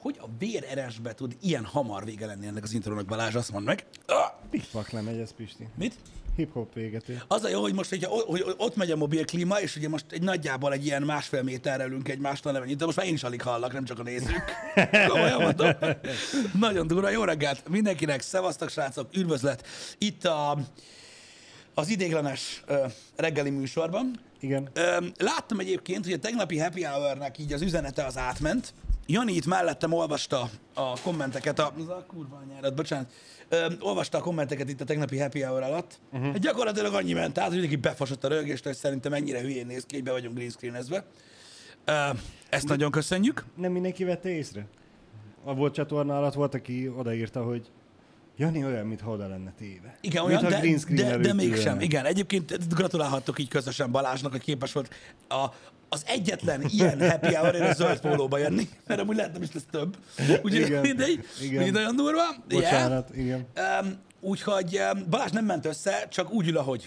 hogy a véreresbe tud ilyen hamar vége lenni ennek az intrónak, Balázs, azt mondd meg. Pikpak lemegy ez, Pisti. Mit? Hip-hop véget ér. Az a jó, hogy most, hogy ott megy a mobil klíma, és ugye most egy nagyjából egy ilyen 1,5 méterre ülünk egymástól, nem ennyit, de most már én is alig hallak, nem csak a nézők. Komolyan mondom. Nagyon durva, jó reggelt mindenkinek, szevasztok srácok, üdvözlet itt az idéglenes reggeli műsorban. Igen. Láttam egyébként, hogy a tegnapi happy hour-nek így az üzenete az átment. Jani itt mellettem olvasta a kommenteket, az a kurva anyárat, bocsánat, olvasta a kommenteket itt a tegnapi happy hour alatt. Hát gyakorlatilag annyi ment át, hogy mindenki befosott a rögést, hogy szerintem ennyire hülyén néz ki, hogy be vagyunk green screenezve. Ezt nagyon köszönjük. Nem mindenki vette észre? A volt csatorna alatt volt, aki odaírta, hogy Jani olyan, mintha oda lenne téve. Igen, olyan, de mégsem. Igen, egyébként gratulálhattok így közösen Balázsnak, hogy képes volt az egyetlen ilyen happy hour-ére a zöld pólóba jönni, mert amúgy lehet nem is lesz több. Úgyhogy mindegy, nagyon durva. Bocsánat, igen. Úgyhogy Balázs nem ment össze, csak úgy ül, ahogy.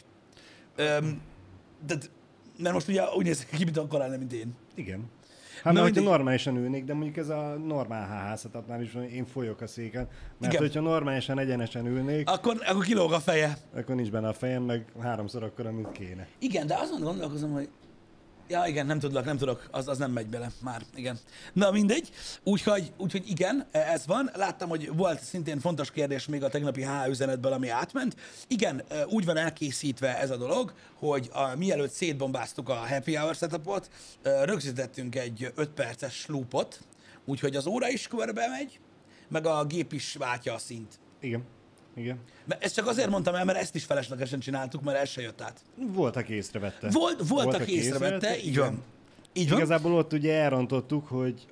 Mert most ugye úgy néz ki, mint akkor lenne, mint én. Igen. Hát mert hogyha normálisan ülnék, de mondjuk ez a normál házhatatnál is, én folyok a széken. Mert igen. Hogyha normálisan, egyenesen ülnék, akkor kilóg a feje. Akkor nincs benne a fejem, meg 3-szor akkora, mint kéne. Igen, de azon gondolkozom, hogy ja, igen, nem tudok, az nem megy bele már, igen. Na mindegy, úgyhogy igen, ez van. Láttam, hogy volt szintén fontos kérdés még a tegnapi HH üzenetből, ami átment. Igen, úgy van elkészítve ez a dolog, hogy mielőtt szétbombáztuk a happy hour setupot, rögzítettünk egy 5 perces loopot, úgyhogy az óra is körbe megy, meg a gép is váltja a színt. Igen. Igen. Ezt csak azért mondtam el, mert ezt is feleslegesen csináltuk, mert ez se jött át. Voltak észrevette. Voltak észrevette, így van. Így van. Igazából ott ugye elrontottuk, hogy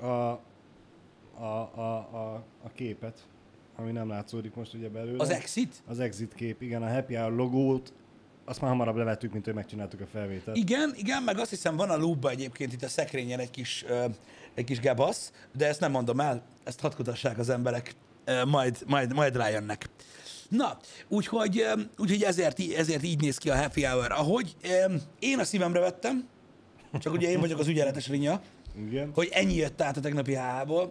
a képet, ami nem látszódik most ugye belőle. Az exit? Az exit kép, igen, a happy hour logót, azt már hamarabb levettük, mint hogy megcsináltuk a felvételt. Igen, meg azt hiszem van a loopban egyébként itt a szekrényen egy kis gebasz, de ezt nem mondom el, ezt hadd kutassák az emberek, majd rájönnek. Na, úgyhogy ezért így néz ki a happy hour. Ahogy én a szívemre vettem, csak ugye én vagyok az ügyeletes rinya, igen. Hogy ennyi jött át a tegnapi HH-ból,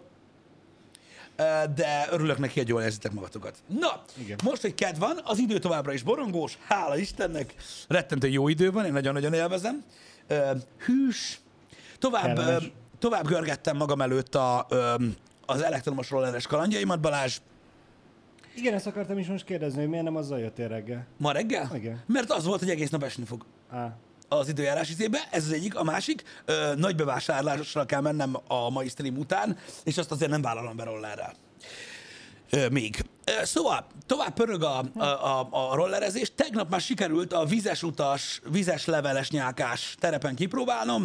de örülök neki, hogy jól érzitek magatokat. Na, igen. Most, hogy kedv van, az idő továbbra is borongós, hála Istennek, rettentő jó idő van, én nagyon-nagyon élvezem. Hűs, tovább görgettem magam előtt az elektromos rolleres kalandjaimat, Balázs. Igen, ezt akartam is most kérdezni, hogy miért nem azzal jöttél reggel? Ma reggel? Igen. Mert az volt, hogy egész nap esni fog. Az időjárás izébe, ez az egyik. A másik, nagy bevásárlásra kell mennem a mai stream után, és azt azért nem vállalom be rollerrel. Még. Szóval, tovább pörög a rollerezés. Tegnap már sikerült a vízes utas, vízes leveles nyálkás terepen kipróbálnom.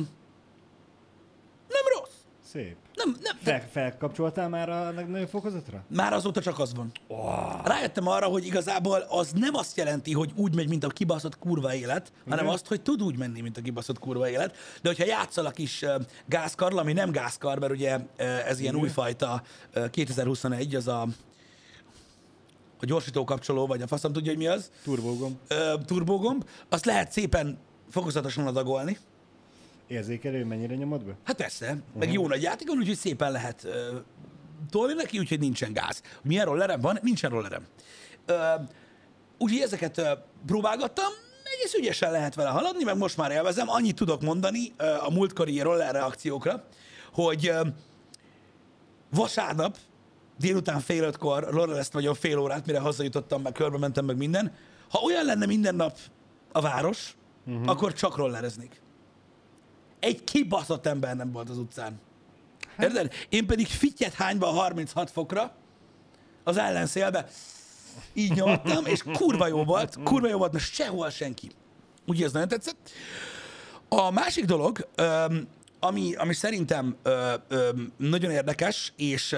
Nem rossz. Szép. Nem. Felkapcsoltál már a legnagyobb fokozatra? Már azóta csak az van. Rájöttem arra, hogy igazából az nem azt jelenti, hogy úgy megy, mint a kibaszott kurva élet, hanem azt, hogy tud úgy menni, mint a kibaszott kurva élet. De hogyha játszol a kis gázkarral, ami nem gázkar, mert ugye ez ilyen újfajta 2021, az a gyorsító kapcsoló, vagy a faszom tudja, hogy mi az. Turbógomb. Azt lehet szépen fokozatosan adagolni. Érzékelő, mennyire nyomod be? Hát persze, meg jó nagy játékon, úgyhogy szépen lehet tolni neki, úgyhogy nincsen gáz. Milyen rollerem van? Nincsen rollerem. Úgyhogy ezeket próbálgattam, egész ügyesen lehet vele haladni, meg most már élvezem. Annyit tudok mondani a múltkori roller reakciókra, hogy vasárnap délután 4:30-kor rollereztem vagyok fél órát, mire hazajutottam, meg körbe mentem, meg minden. Ha olyan lenne minden nap a város, akkor csak rollereznék. Egy kibaszott ember nem volt az utcán. Érted? Én pedig fittyet hányva 36 fokra az ellenszélbe így nyomtam, és kurva jó volt, mert sehol senki. Úgyhogy ez nagyon tetszett. A másik dolog, ami szerintem nagyon érdekes, és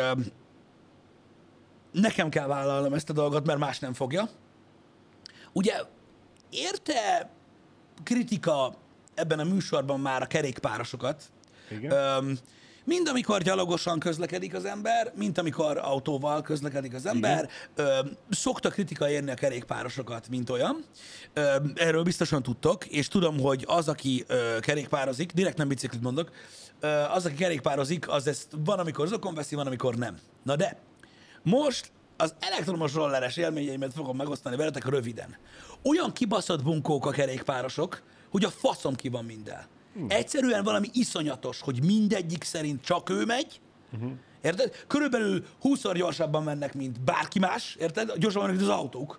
nekem kell vállalnom ezt a dolgot, mert más nem fogja. Ugye érte kritika ebben a műsorban már a kerékpárosokat. Igen. Mind amikor gyalogosan közlekedik az ember, mint amikor autóval közlekedik az ember. Szokta kritika érni a kerékpárosokat, mint olyan. Erről biztosan tudtok, és tudom, hogy az, aki kerékpározik, direkt nem biciklit mondok, az, aki kerékpározik, az ezt van, amikor zokon veszi, van, amikor nem. Na de, most az elektromos rolleres élményeimet fogom megosztani veletek röviden. Olyan kibaszott bunkók a kerékpárosok, hogy a faszom ki van minden. Egyszerűen valami iszonyatos, hogy mindegyik szerint csak ő megy, érted? Körülbelül 20-szor gyorsabban mennek, mint bárki más, érted? Gyorsabban mennek, mint az autók.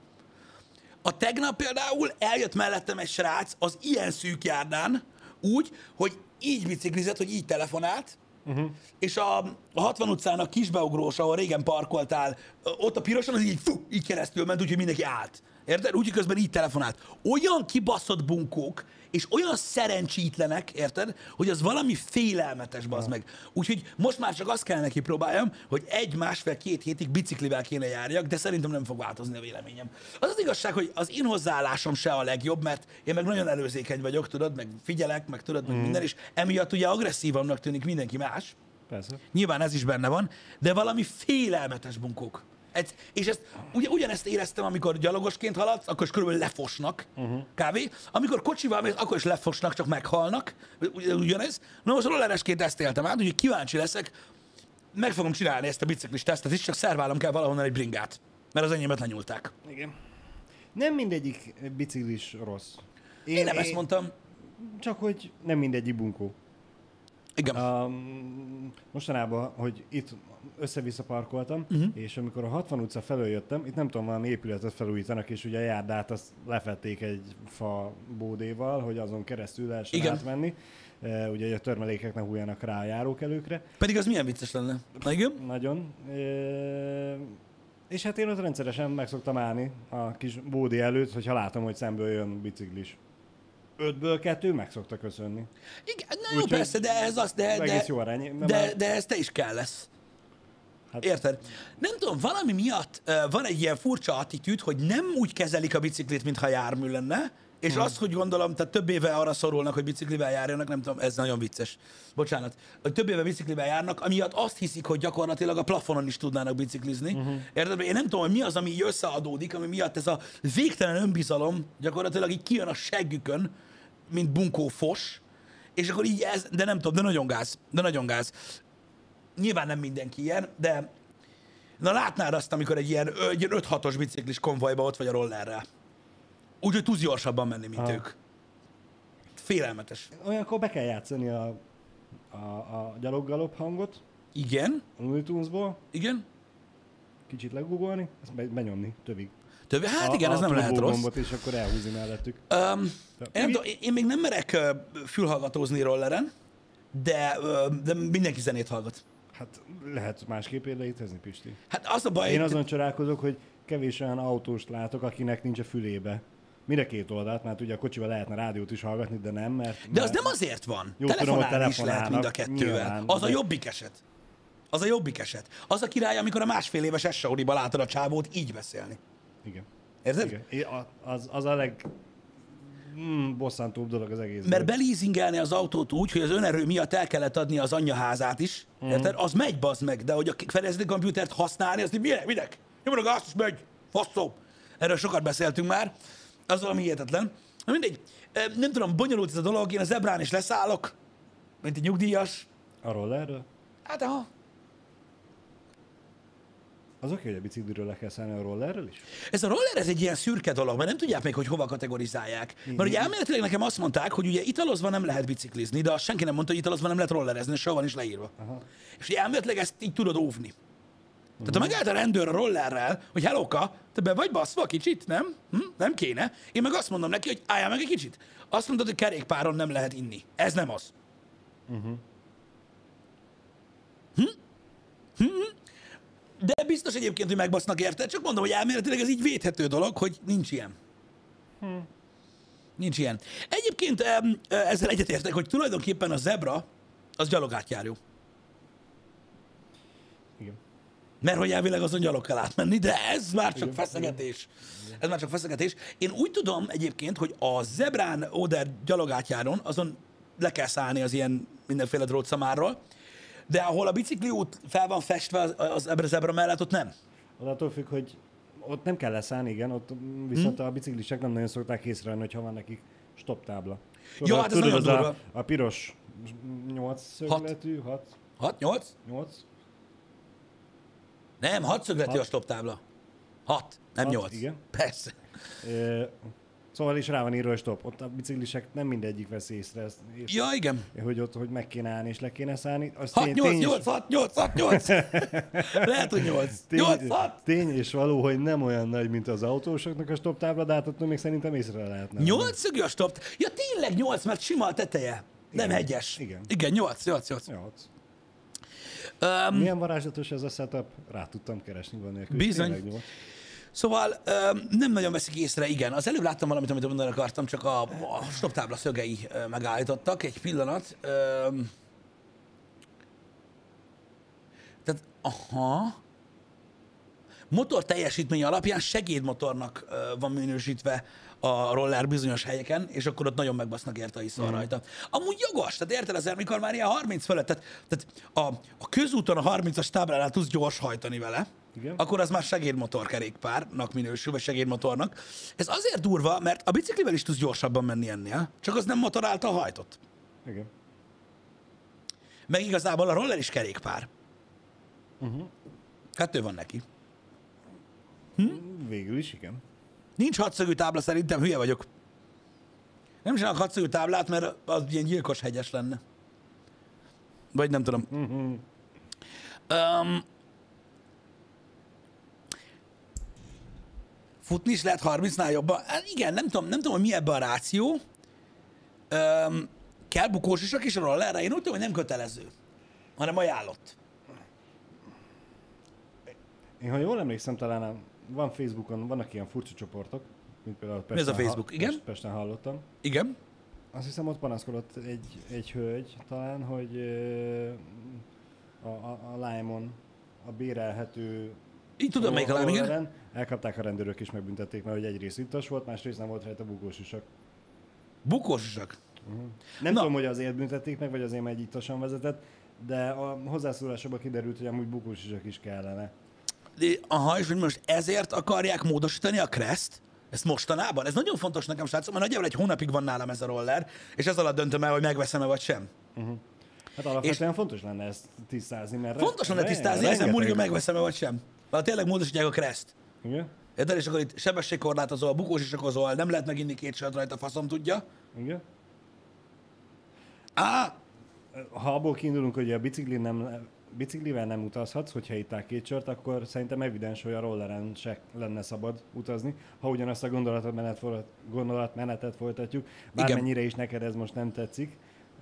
A tegnap például eljött mellettem egy srác az ilyen szűk járdán, úgy, hogy így biciklizett, hogy így telefonált, és a 60 utcának kisbeugrós, ahol régen parkoltál, ott a piroson, az így keresztül ment, úgyhogy mindenki állt. Érted? Úgyhogy közben így telefonált. Olyan kibaszott bunkók, és olyan szerencsétlenek, érted, hogy az valami félelmetes, bazd meg. Úgyhogy most már csak azt kellene kipróbáljam, hogy 1-1,5-2 hétig biciklivel kéne járjak, de szerintem nem fog változni a véleményem. Az az igazság, hogy az én hozzáállásom se a legjobb, mert én meg nagyon előzékeny vagyok, tudod, meg figyelek, meg tudod, meg minden, és emiatt ugye agresszívabbnak tűnik mindenki más. Persze. Nyilván ez is benne van, de valami félelmetes bunkók. És ezt, ugyanezt éreztem, amikor gyalogosként haladsz, akkor is körülbelül lefosnak kávé. Amikor kocsival mész, akkor is lefosnak, csak meghalnak. Ugyanez. Na most rolleresként ezt éltem át, úgyhogy kíváncsi leszek. Meg fogom csinálni ezt a biciklis tesztet is, csak szerválnom kell valahonnan egy bringát. Mert az enyémet lenyúlták. Igen. Nem mindegyik biciklis rossz. Én nem ezt mondtam. Csak hogy nem mindegyik bunkó. Igen. Mostanában, hogy itt össze-vissza parkoltam, és amikor a 60 utca felől jöttem, itt nem tudom, valami épületet felújítanak, és ugye a járdát azt lefették egy fa bódéval, hogy azon keresztül lehessen átmenni. Ugye a törmelékek ne hújjanak rá a járókelőkre. Pedig az milyen vicces lenne. Na igen? Nagyon. És hát én ott rendszeresen meg szoktam állni a kis bódé előtt, hogyha látom, hogy szemből jön biciklis. 5-ből 2 meg szokta köszönni. Igen, na jó, persze, de ez az, de ez te is kell lesz. Hát, érted? Nem tudom, valami miatt van egy ilyen furcsa attitűd, hogy nem úgy kezelik a biciklit, mintha jármű lenne, és azt, hogy gondolom, tehát több éve arra szorulnak, hogy biciklivel járjanak, nem tudom, ez nagyon vicces. Bocsánat. Hogy több éve biciklivel járnak, amiatt azt hiszik, hogy gyakorlatilag a plafonon is tudnának biciklizni. Érted? Én nem tudom, hogy mi az, ami így összeadódik, ami miatt ez a végtelen önbizalom gyakorlatilag így kijön a seggükön, mint bunkó fos, és akkor így ez, de nem tudom, de nagyon gáz. Nyilván nem mindenki ilyen, de na látnád azt, amikor egy ilyen 5-6-os biciklis konvojba ott vagy a rollerrel. Úgyhogy tudsz gyorsabban menni, mint ők. Félelmetes. Olyankor be kell játszani a gyaloggalop hangot. Igen. A Looney Tunesból. Igen. Kicsit legugolni, ezt benyomni tövig. Hát igen, ez nem lehet rossz. Gombot, és akkor elhúzni mellettük. Én még nem merek fülhallgatózni rolleren, de mindenki zenét hallgat. Hát lehet másképp érdeítezni, Pisti. Hát az a baj... Én azon csodálkozok, hogy kevés olyan autóst látok, akinek nincs a fülébe. Mind a két oldalt, mert ugye a kocsival lehetne rádiót is hallgatni, de nem, mert... De az nem azért van. Jó, telefonálni is lehet mind a kettővel. Nyilván, a jobbik eset. Az a jobbik eset. Az a király, amikor a másfél éves S-Audi-ba látod a csávót így beszélni. Igen. Érted? Igen. Az a bosszantóbb dolog az egész. Mert belízingelni az autót úgy, hogy az önerő miatt el kellett adni az anyjaházát is, érted? Az megy, bazd meg, de hogy a fedezeti komputert használni, azt így minek? Nyomod a gázt, és megy, faszom. Erről sokat beszéltünk már, az valami hihetetlen. Na mindegy, nem tudom, bonyolult ez a dolog, én a zebrán is leszállok, mint egy nyugdíjas. A rollerről? Hát aha. Az oké, hogy a bicikliről le kell szállni, a rollerről is? Ez a roller, ez egy ilyen szürke dolog, mert nem tudják még, hogy hova kategorizálják. Mert ugye elméletileg nekem azt mondták, hogy ugye italozva nem lehet biciklizni, de azt senki nem mondta, hogy italozva nem lehet rollerezni, soha van is leírva. Aha. És ugye elméletileg ezt így tudod óvni. Tehát ha megállt a rendőr a rollerrel, hogy hellóka, te be vagy baszva kicsit, nem? Nem kéne. Én meg azt mondom neki, hogy álljál meg egy kicsit. Azt mondod, hogy kerékpáron nem lehet inni. Ez nem az. De biztos egyébként, hogy megbasznak érted, csak mondom, hogy elméletileg ez így védhető dolog, hogy nincs ilyen. Nincs ilyen. Egyébként ezzel egyetértek, hogy tulajdonképpen a zebra az gyalogátjáró. Igen. Mert hogy elvileg azon gyalog kell átmenni, de ez már csak feszegetés. Ez már csak feszegetés. Én úgy tudom egyébként, hogy a zebrán, oder gyalogátjáron azon le kell szállni az ilyen mindenféle drótszamáról. de ahol a bicikliút fel van festve az ebben az ebben mellett, ott nem. Az attól függ, hogy ott nem kell leszállni, igen, ott viszont a biciklisek nem nagyon szokták észrevenni, hogyha van nekik stop tábla. Ja, hát ez nagyon az durva. a piros 8 szögletű, 6? 6, 8? 8? Nem, 6 szögletű a stop tábla. 6, nem 6, 8. igen. Persze. Szóval is rá van írva, hogy stop. Ott a biciklisek nem mindegyik vesz észre ezt. Ja, igen. Hogy meg kéne állni és le kéne szállni. 6, 8, 8, 6, 8, 6, 8. Lehet, hogy 8. 8, 6. Tény és való, hogy nem olyan nagy, mint az autósoknak a stop tábla, de hát ott még szerintem észre lehetne. 8 szögű a stop. Ja, tényleg 8, mert sima a teteje. Nem hegyes. Igen, 8, 8, 8. 8. Milyen varázslatos ez a setup? Rá tudtam keresni van nélkül. Bizony. Szóval nem nagyon veszik észre, igen. Az előbb láttam valamit, amit mondani akartam, csak a stop tábla szögei megállítottak. Egy pillanat. Tehát, motor teljesítmény alapján segédmotornak van minősítve a roller bizonyos helyeken, és akkor ott nagyon megbasznak érte a iszol rajta. Amúgy jogos, tehát érted azért, mikor már ilyen 30 fölött, tehát a közúton a 30-as táblánál tudsz gyors hajtani vele, Igen. akkor az már segédmotorkerékpárnak minősül, vagy segédmotornak. Ez azért durva, mert a biciklivel is tudsz gyorsabban menni ennél, csak az nem motor által hajtott. Igen. Meg igazából a roller is kerékpár. Kettő van neki. Végül is, igen. Nincs hatszögű tábla, szerintem hülye vagyok. Nem csinálok hatszögű táblát, mert az ilyen gyilkos hegyes lenne. Vagy nem tudom. Futni is lehet 30-nál jobban? Hát igen, nem tudom, hogy mi ebben a ráció. Kell bukós isak is a rollerre? Én úgy tudom, hogy nem kötelező, hanem ajánlott. Én, ha jól emlékszem, talán van Facebookon, vannak ilyen furcsa csoportok, mint például Mi ez a Facebook? Igen? Pesten hallottam. Igen? Azt hiszem, ott panaszkodott egy hölgy talán, hogy a Lime-on a bérelhető Így tudom, melyik a Lime, igen? rolleren elkapták a rendőrök és megbüntették, mert hogy egyrészt ittas volt, másrészt nem volt rajta bukós isak. Bukós isak? Nem tudom, hogy azért büntették meg, vagy azért, mert egy ittasan vezetett, de a hozzászólásokban kiderült, hogy amúgy bukós isak is kellene. Aha, és hogy most ezért akarják módosítani a Crest? Ezt mostanában? Ez nagyon fontos nekem, srácok, mert nagyjából egy hónapig van nálam ez a roller, és ez alatt döntöm el, hogy megveszem-e vagy sem. Hát alapvetően fontos lenne ezt tisztázni, mert... Fontos lenne tisztázni, ezen múlik, hogy megveszem-e vagy sem. Mert tényleg módosítják a Crest. Igen? Érted? És akkor itt sebességkorlátozol, bukós is okozol, nem lehet meginni 2 sört rajta, faszom tudja. Igen? Á, Ha abból kiindulunk, hogy a biciklivel nem utazhatsz, hogyha ittál 2 sört, akkor szerintem evidens, hogy a rolleren se lenne szabad utazni, ha ugyanazt a gondolatmenetet folytatjuk, bármennyire is neked ez most nem tetszik.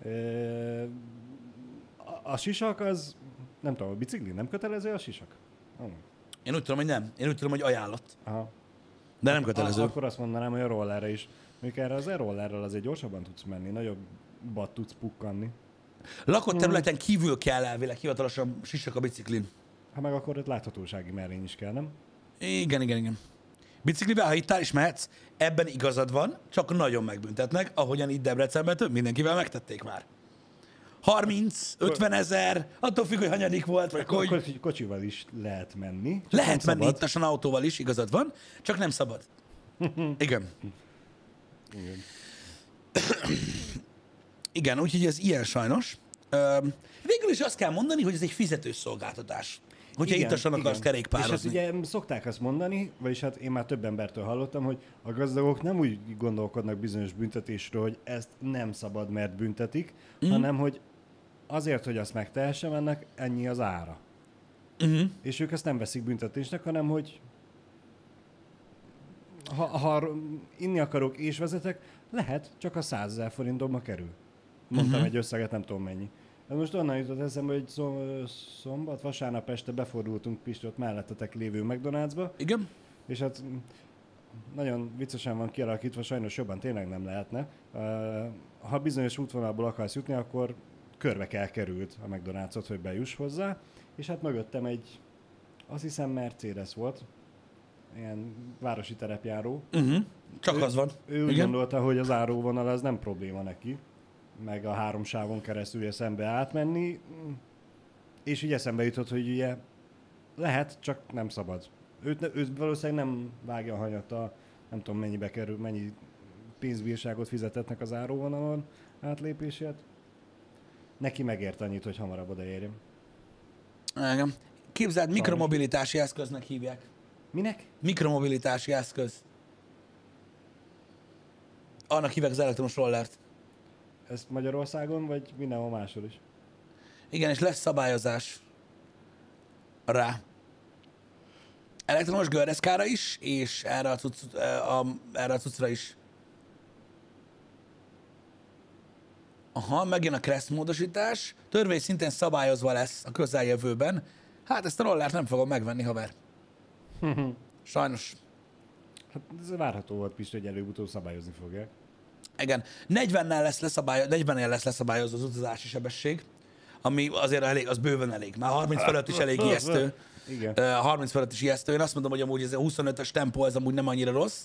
A sisak az, nem tudom, a bicikli nem kötelező a sisak? én úgy tudom, hogy nem. Én úgy tudom, hogy ajánlott. Aha. De nem kötelező. Akkor azt mondanám, hogy a rollerre is. Mondjuk erre az e-rollerrel azért gyorsabban tudsz menni, nagyobbat tudsz pukkanni. Lakott területen kívül kell elvileg hivatalosan sisak a biciklin. Hát meg akkor ott láthatósági mellény is kell, nem? Igen. Biciklivel, ha itt áll és mehetsz, ebben igazad van, csak nagyon megbüntetnek, ahogyan itt Debrecenben több mindenkivel megtették már. 30, 50 ezer, attól függ, hogy hanyadik volt, vagy hogy... Kocsival is lehet menni. Lehet menni ittasan autóval is, igazad van, csak nem szabad. Igen. Igen, úgyhogy ez ilyen sajnos. Végül is azt kell mondani, hogy ez egy fizetős szolgáltatás. Hogyha ittasan akarsz kerékpározni. És hát ugye szokták azt mondani, vagyis hát én már több embertől hallottam, hogy a gazdagok nem úgy gondolkodnak bizonyos büntetésről, hogy ezt nem szabad, mert büntetik, hanem hogy azért, hogy azt megtehessem, ennek ennyi az ára. És ők ezt nem veszik büntetésnek, hanem hogy ha inni akarok és vezetek, lehet, csak a 100 000 forintomba kerül. Mondtam egy összeget, nem tudom mennyi. Ez most onnan jutott eszembe, hogy szombat, vasárnap este befordultunk Pisti ott mellettetek lévő McDonald'sba. Igen. És hát nagyon viccesen van kialakítva, sajnos jobban tényleg nem lehetne. Ha bizonyos útvonalból akarsz jutni, akkor körbe kell került a McDonald's-ot, hogy bejuss hozzá. És hát mögöttem egy, azt hiszem Mercedes volt, ilyen városi terepjáró. Csak az van. Ő úgy gondolta, hogy az áróvonal az nem probléma neki, meg a 3 sávon keresztül szembe átmenni. És így eszembe jutott, hogy ugye lehet, csak nem szabad. Őt valószínűleg nem vágja a hanyat nem tudom mennyibe kerül, mennyi pénzbírságot fizetetnek az áróvonalon átlépésért. Neki megért annyit, hogy hamarabb odaérjem. Igen. Képzeld, mikromobilitási eszköznek hívják. Minek? Mikromobilitási eszköz. Annak hívják az elektromos rollert. Ezt Magyarországon, vagy mindenhol máshol is? Igen, és lesz szabályozás rá. Elektromos gördeszkára is, és erre a cuccra is. Aha, megjön a Crest módosítás. Törvény szinten szabályozva lesz a közeljövőben. Hát ezt a rollert nem fogom megvenni, haver. Sajnos. Hát ez várható volt, Pisti, hogy előbb-utóbb szabályozni fogják. Igen. 40-nel lesz leszabályozva az utazási sebesség, ami azért elég, az bőven elég. Már 30 fölött is elég ijesztő. Igen. 30 fölött is ijesztő. Én azt mondom, hogy amúgy ez a 25-ös tempó, ez amúgy nem annyira rossz.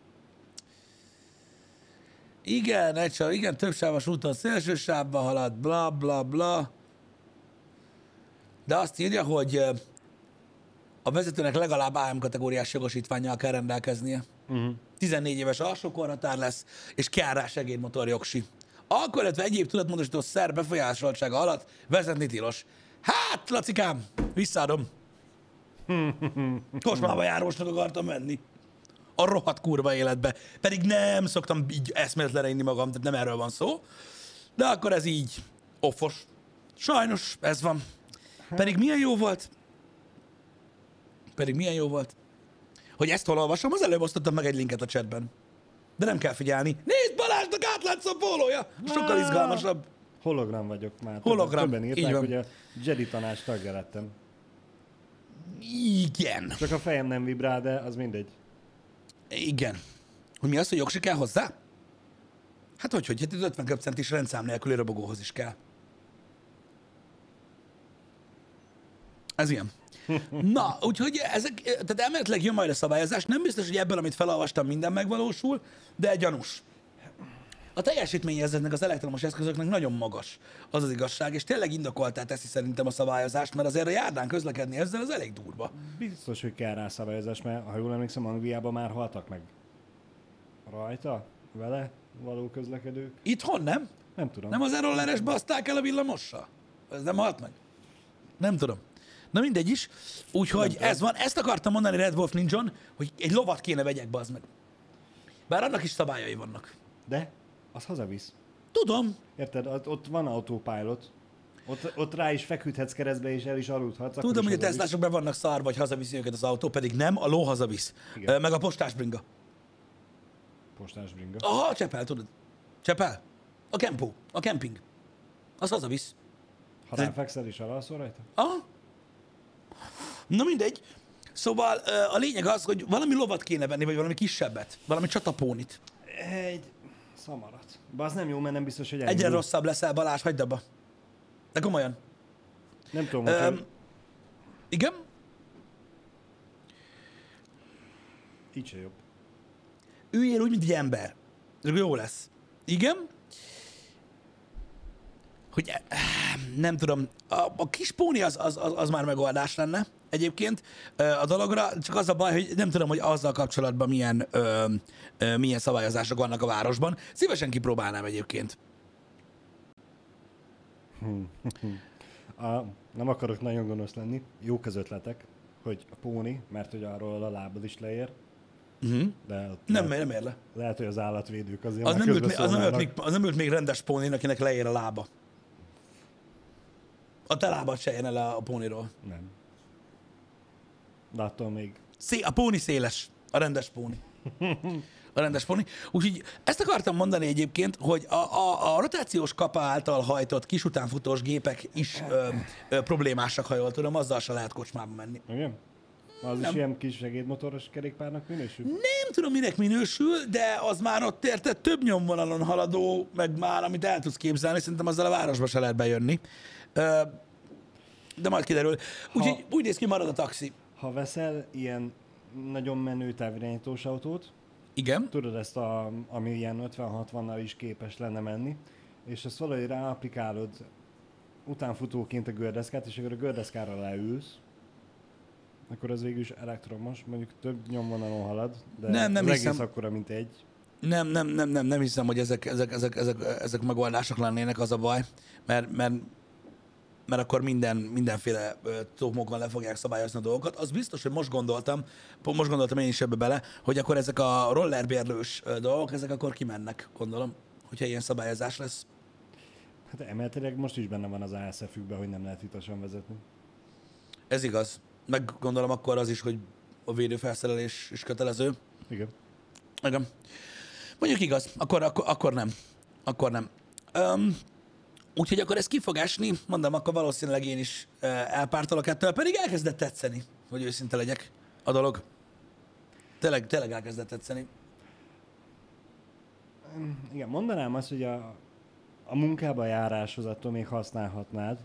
Igen, több sávos úton szélső sávba halad, bla bla bla. De azt írja, hogy a vezetőnek legalább AM kategóriás jogosítvánnyal kell rendelkeznie. 14 éves alsókorhatár lesz, és kell rá segédmotor jogsi. Alkohol, illetve egyéb tudatmódosító szer befolyásoltsága alatt vezetni tilos. Hát, Lacikám, visszaadom. Kocsmába járósnak akartam menni. A rohadt kurva életbe. Pedig nem szoktam így eszméletlenre inni magam, tehát nem erről van szó. De akkor ez így offos. Sajnos ez van. Pedig milyen jó volt. Hogy ezt hol olvasom, az előbb osztottam meg egy linket a chatben. De nem kell figyelni. Nézd, Balázsnak átlátszó pólója! Sokkal izgalmasabb. Hologram vagyok már. Hologram, Többen így írták, van. hogy a Jedi tanács tagja lettem. Igen. Csak a fejem nem vibrál, de az mindegy. Igen. Hogy mi az, hogy jogsi kell hozzá? Hát hogy hát az 50 köpcentis rendszám nélküli robogóhoz is kell. Ez ilyen. Na, úgyhogy ezek, tehát elméletileg jön majd a szabályozás. Nem biztos, hogy ebből, amit felolvastam, minden megvalósul, de gyanús. A teljesítménye ezeknek az elektromos eszközöknek nagyon magas, az az igazság, és tényleg indokoltá teszi szerintem a szabályozást, mert azért a járdán közlekedni ezzel az elég durva. Biztos, hogy kell rá szabályozás, mert ha jól emlékszem, Angliában már haltak meg. Rajta? Vele való közlekedők? Itthon nem? Nem tudom. Nem az e-rolleres baszták el a villamossal? Ez nem halt meg? Nem tudom. Na mindegy is. Úgyhogy ez van. Ezt akartam mondani Red Wolf Ninjon, hogy egy lovat kéne vegyek, bazd meg. Bár annak is szabályai vannak. De az hazavisz. Tudom. Érted? Ott van autopilot. Ott rá is feküdhetsz keresztbe, és el is aludhatsz. akkor Tudom, is hogy a hazavisz. Teslások be vannak szar, vagy hazaviszi őket az autó, pedig nem, a ló hazavisz. Igen. Meg a postás bringa. Postás bringa. Aha, Csepel, tudod. Csepel. A kempó. A kemping. Az hazavisz. Ha ráfekszel és alalszol rajta? Aha. Na mindegy. Szóval a lényeg az, hogy valami lovat kéne venni, vagy valami kisebbet. Valami csatapónit. Egy szamarat. Bár az nem jó, mert nem biztos, hogy Egyre elindul. rosszabb leszel, Balázs, hagyd abba. De komolyan. Nem tudom, hogy Igen? így se jobb. Üljél úgy, mint egy ember. Ez jó lesz. Igen? Hogy nem tudom, a kis póni az már megoldás lenne egyébként a dologra, csak az a baj, hogy nem tudom, hogy azzal kapcsolatban milyen szabályozások vannak a városban. Szívesen kipróbálnám egyébként. Nem akarok nagyon gonosz lenni. Jók az ötletek, hogy a póni, mert hogy arról a lábad is leér. De ott Nem ér le. lehet, hogy az állatvédők azért Az már nem, ült, közbeszólnának. az nem ült még rendes pónin, akinek leér a lába. A te lábad se jön el a póniról. Nem. De attól még. A póni széles. A rendes póni. A rendes póni. Úgyhogy ezt akartam mondani egyébként, hogy a rotációs kapa által hajtott kisutánfutós gépek is problémásak, ha jól tudom, azzal se lehet kocsmába menni. Igen? Az is ilyen kis segédmotoros kerékpárnak minősül? Nem tudom, minek minősül, de az már ott érted több nyomvonalon haladó, meg már amit el tudsz képzelni, szerintem azzal a városba se lehet bejönni. De majd kiderül. Úgyhogy úgy néz ki, marad a taxi. Ha veszel ilyen nagyon menő távirányítós autót, Igen. tudod ezt, ami ilyen 50-60-nal is képes lenne menni, és ezt valahogy ráaplikálod utánfutóként a gördeszkát, és akkor a gördeszkára leülsz, akkor az végül is elektromos, mondjuk több nyomvonalon halad, de nem az hiszem. egész akkora, mint egy. Nem hiszem, hogy ezek megoldások lennének, az a baj, mert akkor mindenféle tokmokon le fogják szabályozni a dolgokat. Az biztos, hogy most gondoltam én is ebbe bele, hogy akkor ezek a rollerbérlős dolgok, ezek akkor kimennek, gondolom, hogyha ilyen szabályozás lesz. Hát emeletileg most is benne van az ASF-ükben, hogy nem lehet itasan vezetni. Ez igaz. Meg gondolom akkor az is, hogy a védőfelszerelés is kötelező. Igen. Igen. Mondjuk igaz, akkor nem. Akkor nem. Úgyhogy akkor ez ki fog esni, mondom, akkor valószínűleg én is elpártolok ettől, pedig elkezdett tetszeni, hogy őszinte legyek a dolog. Tényleg elkezdett tetszeni. Igen, mondanám azt, hogy a munkába járáshoz attól még használhatnád,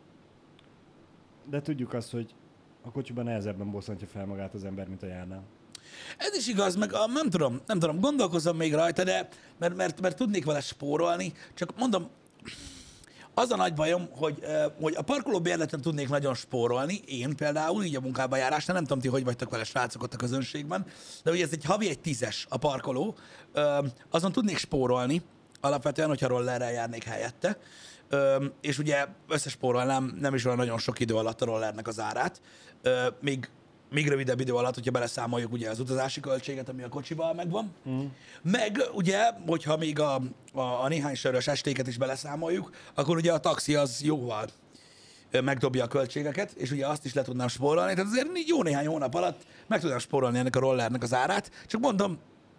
de tudjuk azt, hogy a kocsiban nehezebben bosszantja fel magát az ember, mint a járnál. Ez is igaz, meg nem tudom, gondolkozom még rajta, de mert tudnék vele spórolni, csak mondom, az a nagy bajom, hogy a parkolóbérleten tudnék nagyon spórolni, én például, így a munkába járásnál, nem tudom ti, hogy vagytok vele srácok ott a közönségben, de ugye ez egy havi egy 10-es a parkoló, azon tudnék spórolni, alapvetően, hogyha rollerrel járnék helyette, és ugye összespórolnám nem is olyan nagyon sok idő alatt a rollernek az árát, még rövidebb idő alatt, hogyha beleszámoljuk ugye az utazási költséget, ami a kocsival megvan. Meg ugye, hogyha még a néhány sörös estéket is beleszámoljuk, akkor ugye a taxi az jóval megdobja a költségeket, és ugye azt is le tudnám spórolni. Tehát azért jó néhány hónap alatt meg tudnám spórolni ennek a rollernek az árát. Csak mondom,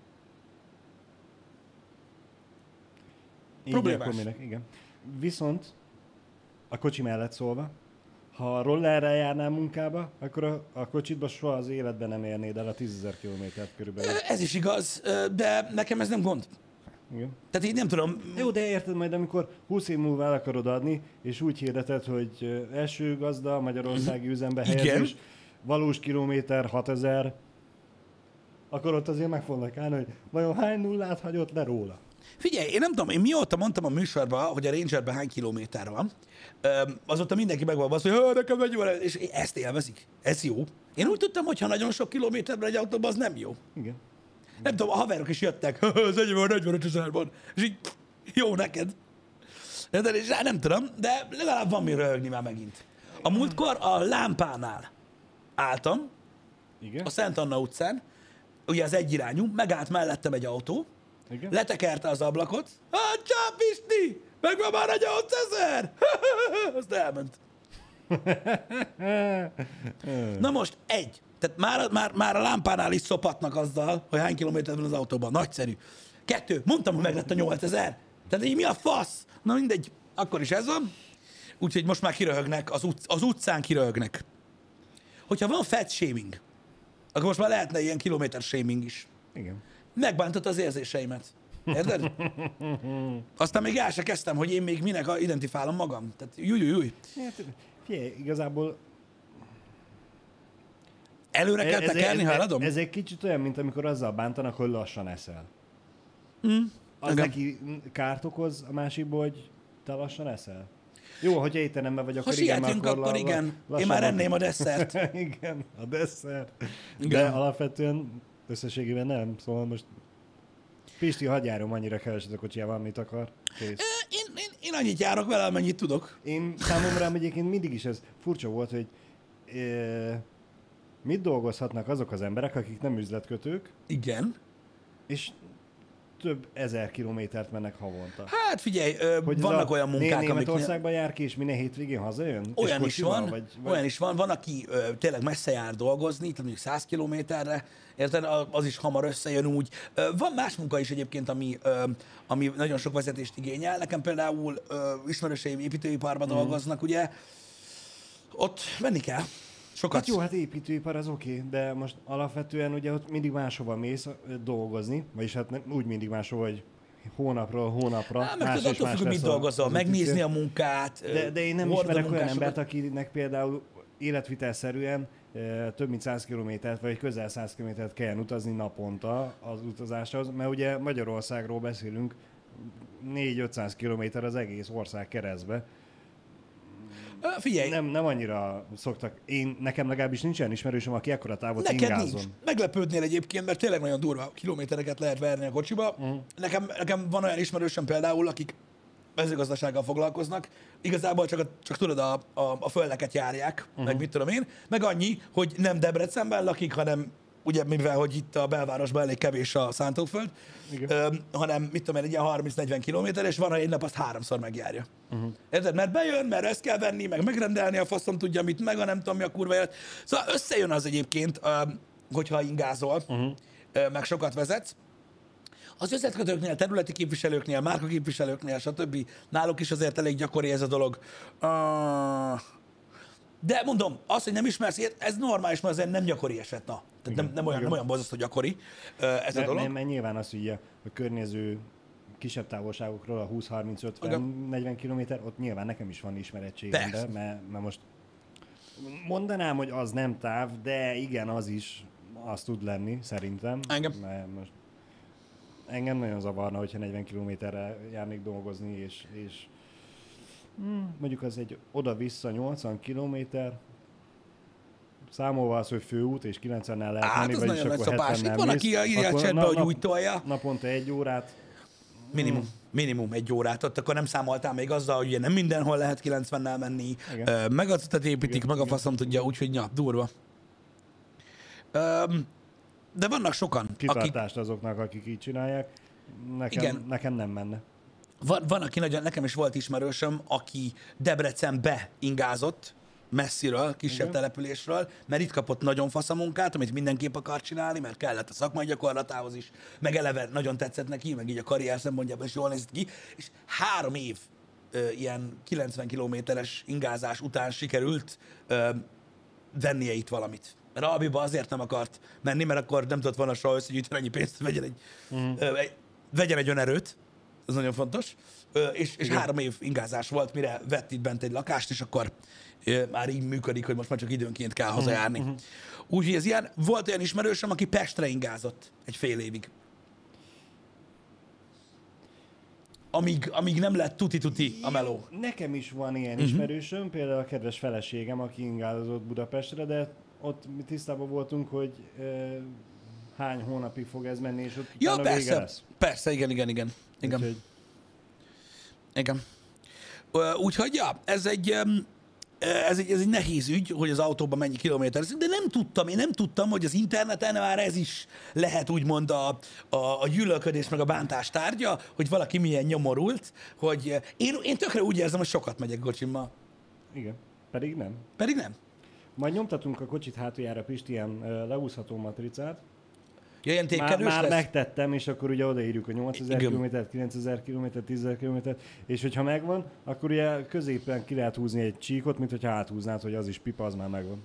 problémás. Igen. Viszont a kocsi mellett szólva, ha rollerrel járnál munkába, akkor a kocsitba soha az életben nem érnéd el a 10.000 kilométert körülbelül. Ez is igaz, de nekem ez nem gond. Igen. Tehát így nem tudom. Jó, de érted majd, amikor 20 év múlva el akarod adni, és úgy hirdeted, hogy első gazda magyarországi üzembe helyezés, valós kilométer 6000, akkor ott azért meg fognak állni, hogy vajon hány nullát hagyott le róla? Figyelj, én nem tudom, én mióta mondtam a műsorban, hogy a Rangerben hány kilométer van, azóta mindenki meg van baszva, hogy nekem egy van, és ezt élvezik. Ez jó. Én úgy tudtam, hogy ha nagyon sok kilométerben egy autóban, az nem jó. Igen. Nem tudom, a haverok is jöttek, az egy van 45 000-ban, és így jó neked. És nem tudom, de legalább van mi röhögni már megint. A múltkor a lámpánál álltam, Igen. a Szent Anna utcán, ugye az egyirányú, megállt mellettem egy autó, Igen. letekerte az ablakot, hát csá, Pisti, megvan már a 8000! Azt elment. Na most egy. Tehát már a lámpánál is szopatnak azzal, hogy hány kilométer van az autóban. Nagyszerű. 2. Mondtam, hogy meg lett a 8000. Tehát így mi a fasz? Na mindegy, akkor is ez van. Úgyhogy most már kiröhögnek, az utcán kiröhögnek. Hogyha van fat shaming, akkor most már lehetne ilyen kilométer shaming is. Igen. Megbántott az érzéseimet. Érted? Aztán még el se kezdtem, hogy én még minek identifálom magam. Tehát júj. Hát, figyelj, igazából Előre kell tekerni, ha eladom? Ez egy kicsit olyan, mint amikor azzal bántanak, hogy lassan eszel. Az igen. neki kárt okoz a másikból, hogy te lassan eszel? Jó, hogyha étteremben vagy, Ha akkor igen, sietünk, akkor igen. Én már enném a desszert. Igen, a desszert. Igen. De alapvetően összességében nem. Szóval most Pisti, hadd járom, annyira keveset a kocsijával, amit akar. Kész. Én annyit járok vele, amennyit tudok. Én számomra egyébként mindig is ez furcsa volt, hogy mit dolgozhatnak azok az emberek, akik nem üzletkötők, Igen. és több ezer kilométert mennek havonta. Hát figyelj, Hogy vannak olyan munkák, amik... Németországban jár ki, és minden hétvégén hazajön? Olyan És is kocsival, van, vagy... olyan is van. Van, aki tényleg messze jár dolgozni, tehát mondjuk 100 kilométerre, érted? Az is hamar összejön úgy. Van más munka is egyébként, ami nagyon sok vezetést igényel. Nekem például ismerőseim építőiparban dolgoznak, ugye? Ott menni kell. Sokat. Hát jó, hát építőipar az oké, de most alapvetően ugye ott mindig máshova mész dolgozni, vagyis hát nem, úgy mindig máshova, hogy hónapról hónapra. Meg tudod, attól függ, hogy mit dolgozol, megnézni a munkát. De én nem ismerek olyan embert, akinek például életvitelszerűen több mint 100 kilométert, vagy közel 100 kilométert kell utazni naponta az utazáshoz, mert ugye Magyarországról beszélünk, 400-500 kilométer az egész ország keresztbe. Figyelj, Nem annyira szoktak. Nekem legalábbis nincs olyan ismerősöm, aki ekkora távot neked ingázon. nincs. Meglepődnél egyébként, mert tényleg nagyon durva kilométereket lehet verni a kocsiba. Nekem van olyan ismerősöm például, akik mezőgazdasággal foglalkoznak, igazából csak tudod, a földeket járják, meg mit tudom én, meg annyi, hogy nem Debrecenben lakik, hanem ugye mivel, hogy itt a belvárosban elég kevés a szántóföld, hanem mit tudom én, egy ilyen 30-40 kilométer, és van, hogy egy nap azt 3-szor megjárja. Érted? Mert bejön, mert ezt kell venni, meg megrendelni, a faszom tudja mit, meg a nem tudom mi a kurva élet. Szóval összejön az egyébként, hogyha ingázol, meg sokat vezetsz. Az üzletkötőknél, területi képviselőknél, márkaképviselőknél, stb. Náluk is azért elég gyakori ez a dolog. De mondom, az, hogy nem ismersz ilyet, ez normális, mert azért nem gyakori eset. Na. Tehát nem olyan borzasztó gyakori ez a dolog. Mert nyilván az, hogy a környező kisebb távolságokról, a 20-30-50-40 kilométer, ott nyilván nekem is van ismerettségem, mert most mondanám, hogy az nem táv, de igen, az is, az tud lenni, szerintem. Mert most engem nagyon zavarna, hogyha 40 kilométerre járnék dolgozni, és mondjuk az egy oda-vissza 80 kilométer, számolva az, hogy főút, és 90-nel lehet menni, vagyis akkor 70-nel van, aki írja a chatbe, hogy úgy tolja. Naponta 1 órát. Minimum 1 órát. Ott akkor nem számoltál még azzal, hogy ugye nem mindenhol lehet 90-nel menni, meg az építik, igen, meg a faszom tudja, úgyhogy durva. De vannak sokan, kitartást azoknak, akik így csinálják. Nekem nem menne. Van, aki nekem is volt ismerősöm, aki Debrecenbe ingázott, messziről, kisebb településről, mert itt kapott nagyon fasz a munkát, amit mindenképp akar csinálni, mert kellett a szakmai gyakorlatához is, meg eleve nagyon tetszett neki, meg így a karrier szempontjából is jól nézett ki, és 3 év ilyen 90 kilométeres ingázás után sikerült vennie itt valamit. Mert Albiba azért nem akart menni, mert akkor nem tudott volna soha összegyűjteni annyi pénzt, hogy vegyen egy önerőt, ez nagyon fontos, és 3 év ingázás volt, mire vett itt bent egy lakást, és akkor már így működik, hogy most már csak időnként kell hazajárni. Úgyhogy ez ilyen, volt olyan ismerősöm, aki Pestre ingázott egy fél évig. Amíg nem lett tuti-tuti a meló. Nekem is van ilyen ismerősöm, például a kedves feleségem, aki ingázott Budapestre, de ott mi tisztában voltunk, hogy hány hónapig fog ez menni, és ott vége lesz. Persze, igen. Igen. Úgyhogy, ja, ez egy nehéz ügy, hogy az autóban mennyi kilométer, de én nem tudtam, hogy az interneten már ez is lehet úgymond a gyűlölködés meg a bántás tárgya, hogy valaki milyen nyomorult, hogy én tökre úgy érzem, hogy sokat megyek kocsimmal. Igen, pedig nem. Pedig nem. Majd nyomtatunk a kocsit hátuljára, Pisti, ilyen leúszható matricát. Ja, ilyen tépkerős már lesz? megtettem, és akkor ugye odaírjuk a 8000 km, 9000 km, 10.000 km, és hogyha megvan, akkor ugye középen ki lehet húzni egy csíkot, mint hogyha áthúznád, hogy az is pipa, az már megvan.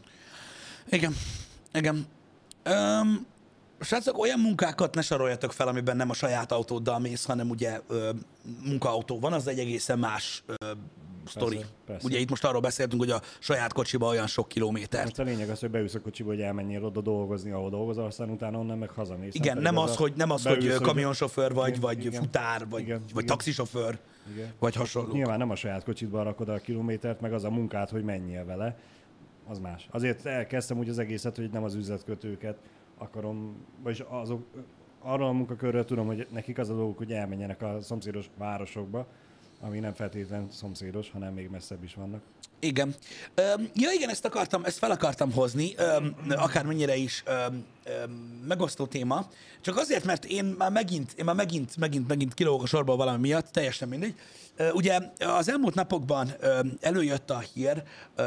Igen. Srácok, olyan munkákat ne soroljatok fel, amiben nem a saját autóddal mész, hanem ugye munkaautó van, az egy egészen más sztori. Persze. Ugye itt most arról beszéltünk, hogy a saját kocsiba olyan sok kilométer. Most a lényeg az, hogy beülsz a kocsiba, hogy elmenjél oda dolgozni, ahol dolgozol, aztán utána onnan meg hazamész. Igen, nem az, hogy kamionsofőr vagy futár, vagy taxisofőr, vagy hasonló. Nyilván nem a saját kocsitban rakod a kilométert, meg az a munkát, hogy menjél vele, az más. Azért elkezdtem úgy az egészet, hogy nem az üzletkötőket akarom, vagyis azok, arra a munkakörről tudom, hogy nekik az a dolguk, hogy elmenjenek a szomszédos városokba, ami nem feltétlenül szomszédos, hanem még messzebb is vannak. Igen. Igen, ezt fel akartam hozni, akármennyire is megosztó téma. Csak azért, mert én már megint kilógok a sorból valami miatt, teljesen mindegy. Ugye az elmúlt napokban előjött a hír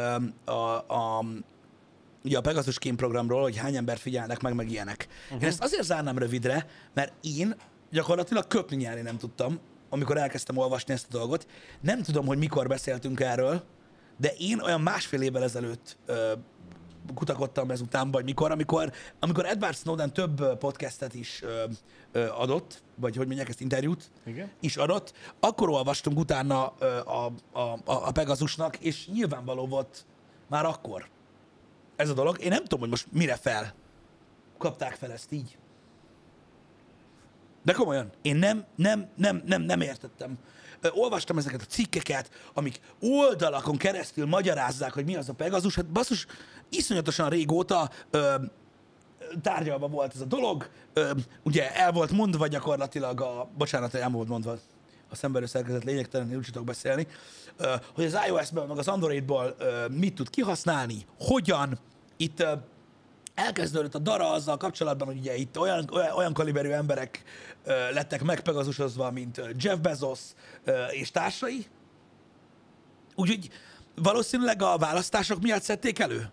ugye a Pegasus kémprogramról, hogy hány ember figyelnek meg ilyenek. Én ezt azért zárnám rövidre, mert én gyakorlatilag köpni nyerni nem tudtam, amikor elkezdtem olvasni ezt a dolgot. Nem tudom, hogy mikor beszéltünk erről, de én olyan 1,5 évvel ezelőtt kutakodtam ezután, vagy mikor, amikor Edward Snowden több podcastet is adott, vagy hogy mondják ezt, interjút is adott, akkor olvastunk utána a Pegasusnak, és nyilvánvaló volt már akkor ez a dolog. Én nem tudom, hogy most mire kapták fel ezt így. De komolyan, én nem értettem. olvastam ezeket a cikkeket, amik oldalakon keresztül magyarázzák, hogy mi az a Pegasus. Hát basszus, iszonyatosan régóta tárgyalva volt ez a dolog. Ugye el volt mondva gyakorlatilag bocsánat, el volt mondva a szembenő szerkezet, lényegtelen, én úgy tudok beszélni, hogy az iOS-ből, meg az Androidból mit tud kihasználni, hogyan. Itt elkezdődött a dara azzal kapcsolatban, hogy ugye itt olyan kaliberű emberek lettek megpegazusozva, mint Jeff Bezos és társai. Úgyhogy valószínűleg a választások miatt szedték elő.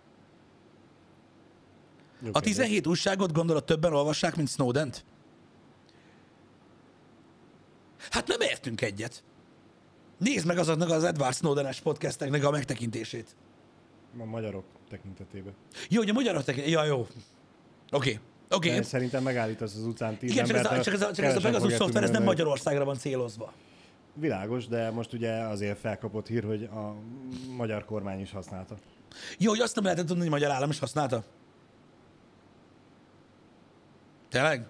A 17 újságot gondolod többen olvassák, mint Snowdent? Hát nem értünk egyet. Nézd meg azoknak az Edward Snowden-es podcasteknek a megtekintését. A magyarok tekintetében. Jó, hogy a magyarok tekintetében. Ja, jó. Oké. Okay. Szerintem megállítasz az utcán 10 igen, embert. Csak ez a Pegasus szoftver, ez nem Magyarországra van célozva. Világos, de most ugye azért felkapott hír, hogy a magyar kormány is használta. Jó, hogy azt nem lehetett tudni, hogy a magyar állam is használta. Tényleg?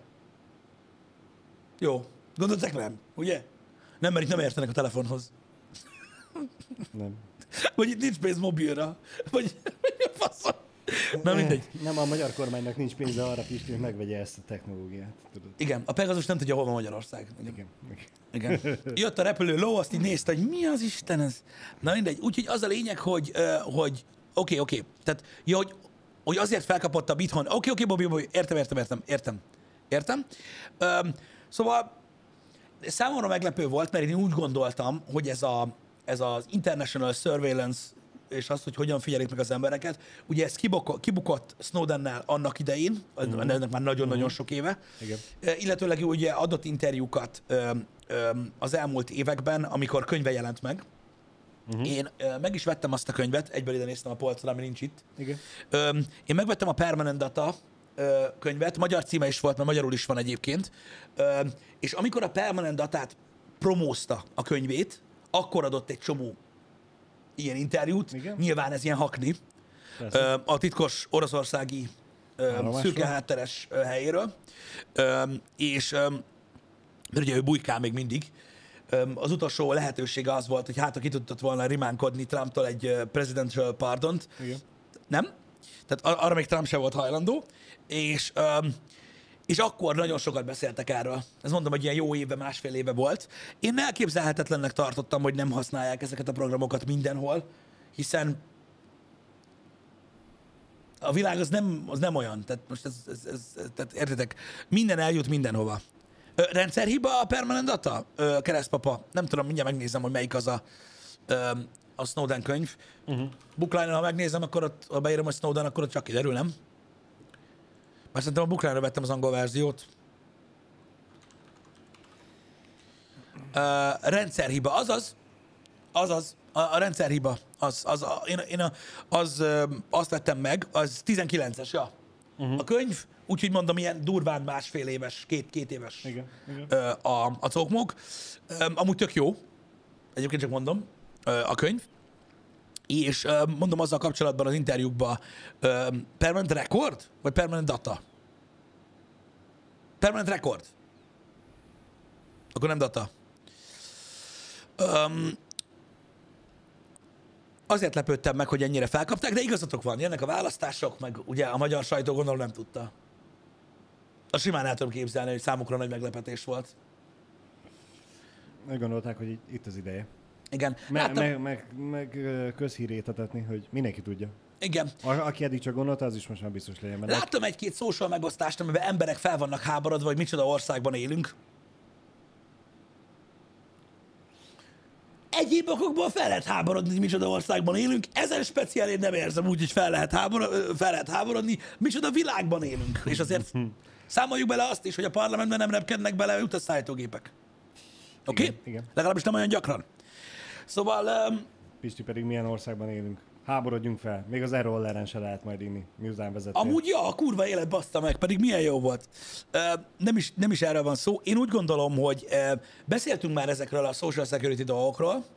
Jó. Gondoltak nem, ugye? Nem, mert itt nem értenek a telefonhoz. Nem. Vagy itt nincs pénz mobilra. Vagy faszom. Na mindegy. Nem, a magyar kormánynak nincs pénze arra, Pisti, hogy megvegye ezt a technológiát. Tudod. Igen, a Pegasus nem tudja, hol van Magyarország. Igen. Jött a repülő ló, azt így nézte, hogy mi az Isten ez? Na mindegy. Úgyhogy az a lényeg, hogy oké. Tehát, ja, hogy azért felkapott a Bitcoin. Oké, Bobby, értem. Szóval számomra meglepő volt, mert én úgy gondoltam, hogy ez az International Surveillance és az, hogy hogyan figyelik meg az embereket, ugye ez kibukott Snowdennel annak idején, ennek már nagyon-nagyon sok éve, igen. Illetőleg ugye adott interjúkat az elmúlt években, amikor könyve jelent meg. Én meg is vettem azt a könyvet, egyből ide néztem a polcra, ami nincs itt. Igen. Én megvettem a Permanent Data könyvet, magyar címe is volt, mert magyarul is van egyébként, és amikor a Permanent Datát promózta a könyvét, akkor adott egy csomó ilyen interjút. Igen? Nyilván ez ilyen hakni. A titkos oroszországi szürke hátteres helyéről. És mert ugye ő bujkál még mindig. Az utolsó lehetősége az volt, hogy hát, aki tudott volna rimánkodni Trumptól egy presidential pardont. Igen. Nem? Tehát arra még Trump sem volt hajlandó. És akkor nagyon sokat beszéltek erről. Ez mondom, hogy ilyen jó éve, másfél éve volt. Én elképzelhetetlennek tartottam, hogy nem használják ezeket a programokat mindenhol, hiszen a világ az nem olyan. Tehát most tehát értitek, minden eljut mindenhova. Rendszerhiba a Permanent Data? Keresztpapa. Nem tudom, mindjárt megnézem, hogy melyik az a Snowden könyv. Bookline-on, ha megnézem, akkor ott, ha beírom, hogy Snowden, akkor ott csak kiderül, nem? Mert szerintem a Bookline-ra vettem az angol verziót. Rendszerhiba, azaz, a rendszerhiba, én azt vettem meg, az 19-es, ja. A könyv, úgyhogy mondom, ilyen durván másfél éves, két éves igen. A cokmok. Amúgy tök jó, egyébként csak mondom, a könyv. És mondom azzal kapcsolatban az interjúkban, Permanent Record, vagy Permanent Data? Permanent Record. Akkor nem data. Azért lepődtem meg, hogy ennyire felkapták, de igazatok van, jönnek a választások, meg ugye a magyar sajtó gondolom nem tudta. A simán el tudom képzelni, hogy számukra nagy meglepetés volt. Meggondolták, hogy itt az ideje. Igen. Meg közhírét etetni, hogy mindenki tudja. Igen. Aki eddig csak gondolta, az is most már biztos legyen. Láttam egy-két social megosztást, amiben emberek fel vannak háborodva, hogy micsoda országban élünk. Egyéb okokból fel lehet háborodni, hogy micsoda országban élünk. Ezen speciál én nem érzem úgy, hogy fel lehet háborodni, micsoda világban élünk. És azért számoljuk bele azt is, hogy a parlamentben nem repkednek bele utas szállítógépek. Oké? Igen. Legalábbis nem olyan gyakran. Szóval... Pisti, pedig milyen országban élünk? Háborodjunk fel. Még az e-rolleren se lehet majd inni, miután vezetnél. Amúgy ja, a kurva élet bassza meg, pedig milyen jó volt. Nem is erről van szó. Én úgy gondolom, hogy beszéltünk már ezekről a social security dolgokról.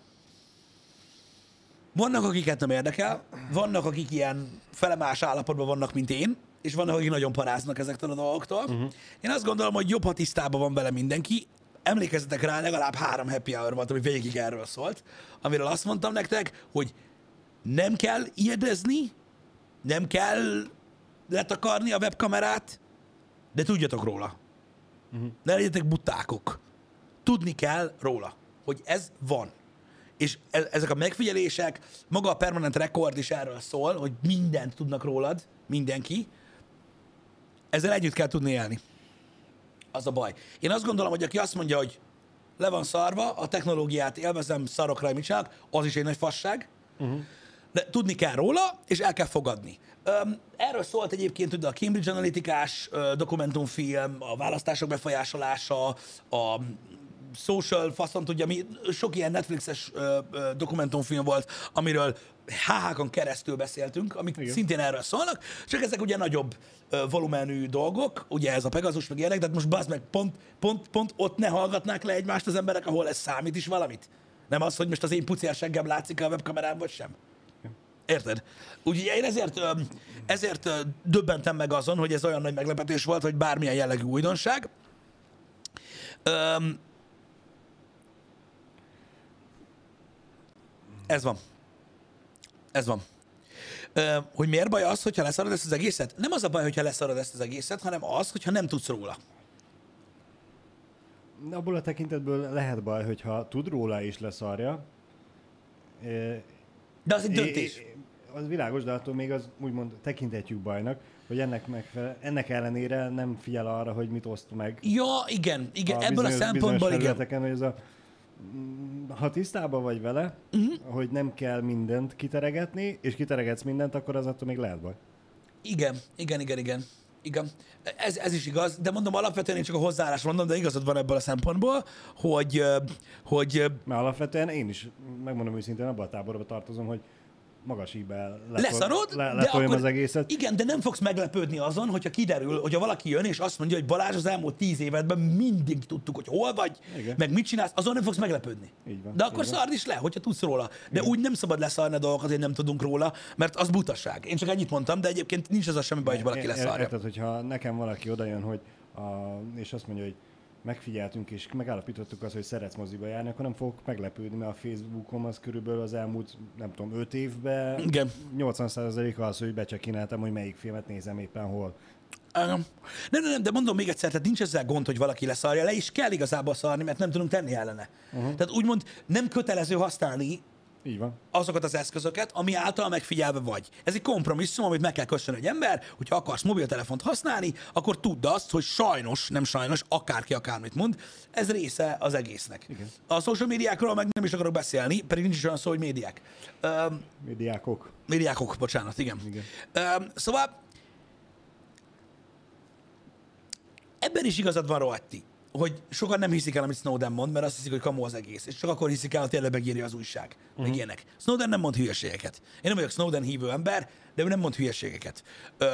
Vannak, akiket nem érdekel, vannak, akik ilyen felemás állapotban vannak, mint én, és vannak, akik nagyon paráznak ezektől a dolgoktól. Én azt gondolom, hogy jobb, ha tisztában van vele mindenki. emlékezzetek rá, legalább 3 happy hour volt, ami végig erről szólt, amiről azt mondtam nektek, hogy nem kell ijedezni, nem kell letakarni a webkamerát, de tudjatok róla. Ne legyetek butákok. Tudni kell róla, hogy ez van. És ezek a megfigyelések, maga a permanent record is erről szól, hogy mindent tudnak rólad, mindenki. Ezzel együtt kell tudni élni. Az a baj. Én azt gondolom, hogy aki azt mondja, hogy le van szarva, a technológiát élvezem, szarokra mit csinálok, az is egy nagy fasság. De tudni kell róla, és el kell fogadni. Erről szólt egyébként ugye a Cambridge Analytica-s dokumentumfilm, a választások befolyásolása, a social faszon tudja mi, sok ilyen Netflixes dokumentumfilm volt, amiről HH-kon keresztül beszéltünk, amik igen, szintén erről szólnak, csak ezek ugye nagyobb volumenű dolgok, ugye ez a Pegasus meg ilyenek, de most bazd meg, pont ott ne hallgatnák le egymást az emberek, ahol ez számít is valamit. Nem az, hogy most az én pucérseggem látszik a webkamerán, vagy sem. Érted? Úgyhogy én ezért döbbentem meg azon, hogy ez olyan nagy meglepetés volt, hogy bármilyen jellegű újdonság. Ez van. Ez van. Hogy miért baj az, hogyha leszarod ezt az egészet? Nem az a baj, hogyha leszarod ezt az egészet, hanem az, hogyha nem tudsz róla. Abból a tekintetből lehet baj, hogyha tud róla és leszarja. De az egy döntés. Az világos, de attól még az úgymond tekinthetjük bajnak, hogy ennek ellenére nem figyel arra, hogy mit oszt meg. Ja, igen, ebből a szempontból igen. Hogy ez ha tisztában vagy vele, hogy nem kell mindent kiteregetni, és kiteregetsz mindent, akkor az attól még lehet baj. Igen. Ez is igaz, de mondom, alapvetően én csak a hozzáállás mondom, de igazad van ebből a szempontból, hogy... Mert alapvetően én is, megmondom őszintén, abban a táborba tartozom, hogy magas íbe leszarod, de akkor, az egészet. Igen, de nem fogsz meglepődni azon, hogyha kiderül, hogyha valaki jön és azt mondja, hogy Balázs, az elmúlt 10 évedben mindig tudtuk, hogy hol vagy, igen, meg mit csinálsz, azon nem fogsz meglepődni. Így van, de akkor szard is le, hogyha tudsz róla. De igen, úgy nem szabad leszarni a dolgokat, azért nem tudunk róla, mert az butaság. Én csak ennyit mondtam, de egyébként nincs az a semmi baj, hogy valaki leszarja. Érted, hogyha nekem valaki odajön, hogy és azt mondja, hogy megfigyeltünk és megállapítottuk azt, hogy szeretsz moziba járni, akkor nem fogok meglepődni, mert a Facebookom az körülbelül az elmúlt, nem tudom, 5 évben igen, 80% az, hogy becsekináltam, hogy melyik filmet nézem éppen hol. Nem, de mondom még egyszer, tehát nincs ezzel gond, hogy valaki leszarja, le is kell igazából szarni, mert nem tudunk tenni ellene. Tehát úgymond nem kötelező használni így van, azokat az eszközöket, ami által megfigyelve vagy. Ez egy kompromisszum, amit meg kell köszönni egy ember, hogyha akarsz mobiltelefont használni, akkor tudd azt, hogy sajnos, nem sajnos, akárki akármit mond, ez része az egésznek. Igen. A social médiákról meg nem is akarok beszélni, pedig nincs is olyan szó, hogy médiák. Médiákok, bocsánat, igen. Szóval ebben is igazad van, Rohatti, hogy sokan nem hiszik el, amit Snowden mond, mert azt hiszik, hogy kamu az egész. És csak akkor hiszik el, ha tényleg megírja az újság. Meg ilyenek. Snowden nem mond hülyeségeket. Én nem vagyok Snowden hívő ember, de ő nem mond hülyeségeket.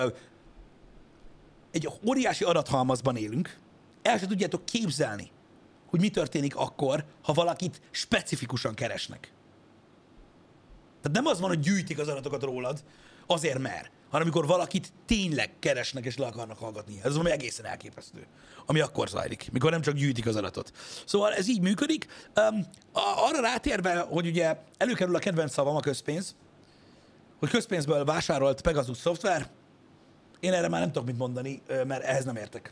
Egy óriási adathalmazban élünk. El sem tudjátok képzelni, hogy mi történik akkor, ha valakit specifikusan keresnek. Tehát nem az van, hogy gyűjtik az adatokat rólad, azért mert, hanem amikor valakit tényleg keresnek és le akarnak hallgatni. Ez valami egészen elképesztő, ami akkor zajlik, mikor nem csak gyűjtik az adatot. Szóval ez így működik. Arra rátérve, hogy ugye előkerül a kedvenc szavam, a közpénz, hogy közpénzből vásárolt Pegasus szoftver, én erre már nem tudok mit mondani, mert ehhez nem értek.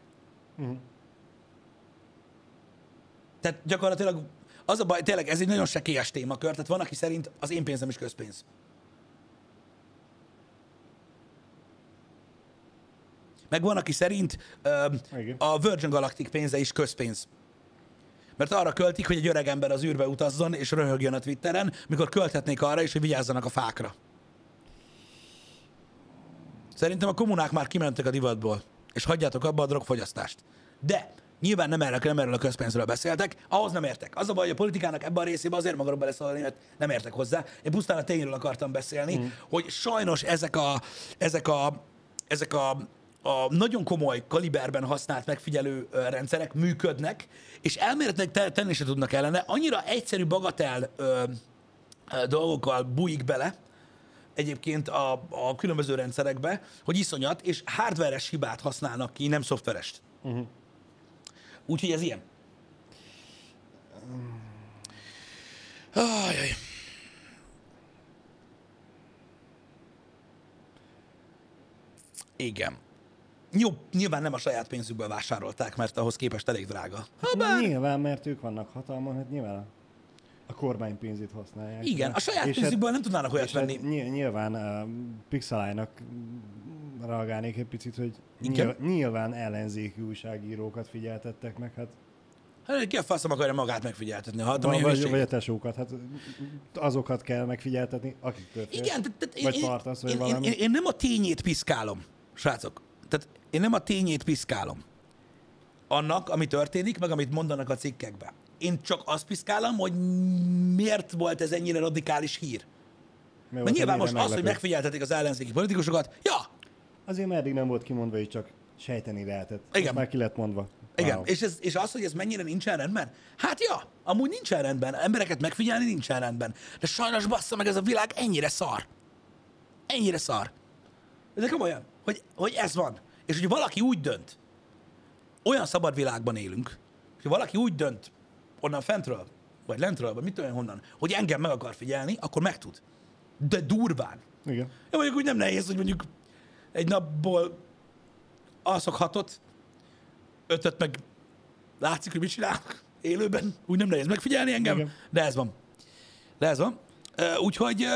Tehát gyakorlatilag az a baj, tényleg ez egy nagyon sekélyes témakör, tehát van, aki szerint az én pénzem is közpénz. Meg van, aki szerint a Virgin Galactic pénze is közpénz. Mert arra költik, hogy egy öreg ember az űrbe utazzon és röhögjön a Twitteren, mikor költhetnék arra is, hogy vigyázzanak a fákra. Szerintem a kommunák már kimentek a divatból, és hagyjátok abba a drogfogyasztást. De nyilván nem erről a közpénzről beszéltek, ahhoz nem értek. Az a baj, hogy a politikának ebben a részében azért magadok beleszólni, mert nem értek hozzá. Én pusztán a tényről akartam beszélni, hogy sajnos ezek a nagyon komoly kaliberben használt megfigyelő rendszerek működnek, és elméletileg tenni se tudnak ellene. Annyira egyszerű bagatel dolgokkal bújik bele egyébként a különböző rendszerekbe, hogy iszonyat, és hardveres hibát használnak ki, nem szoftverest. Úgyhogy ez ilyen. Ajaj. Igen. Jó, nyilván nem a saját pénzükből vásárolták, mert ahhoz képest elég drága. Hát nyilván, mert ők vannak hatalmon, hát nyilván a kormány pénzét használják. Igen, a saját pénzükből nem tudnának olyat venni. Nyilván Pixelájnak reagálnék egy picit, hogy nyilván ellenzéki újságírókat figyeltettek meg, hát ki a faszom akarja magát megfigyeltetni? Vagy a tesókat, hát azokat kell megfigyeltetni, akiktől fél. Igen, vagy tartasz, vagy valami. Én nem a tényét piszkálom, srácok. Tehát én nem a tényét piszkálom. Annak, ami történik, meg amit mondanak a cikkekben. Én csak azt piszkálom, hogy miért volt ez ennyire radikális hír. Mert nyilván most az, hogy megfigyeltetik az ellenzéki politikusokat, ja! Azért mert eddig nem volt kimondva, és csak sejteni lehetett. Igen. Most már ki lett mondva. Igen, és az, hogy ez mennyire nincsen rendben? Hát ja, amúgy nincsen rendben. Embereket megfigyelni nincsen rendben. De sajnos bassza meg, ez a világ ennyire szar. Ennyire szar. Ez komolyan, hogy ez van. És hogy valaki úgy dönt, olyan szabad világban élünk, hogy valaki úgy dönt onnan fentről, vagy lentről, vagy mit tudom én honnan, hogy engem meg akar figyelni, akkor megtud. De durván. Igen. Ja, mondjuk úgy nem nehéz, hogy mondjuk egy napból alszok 6-ot, 5-öt meg látszik, hogy mit csinálok élőben. Úgy nem nehéz megfigyelni engem, igen. De ez van. Úgyhogy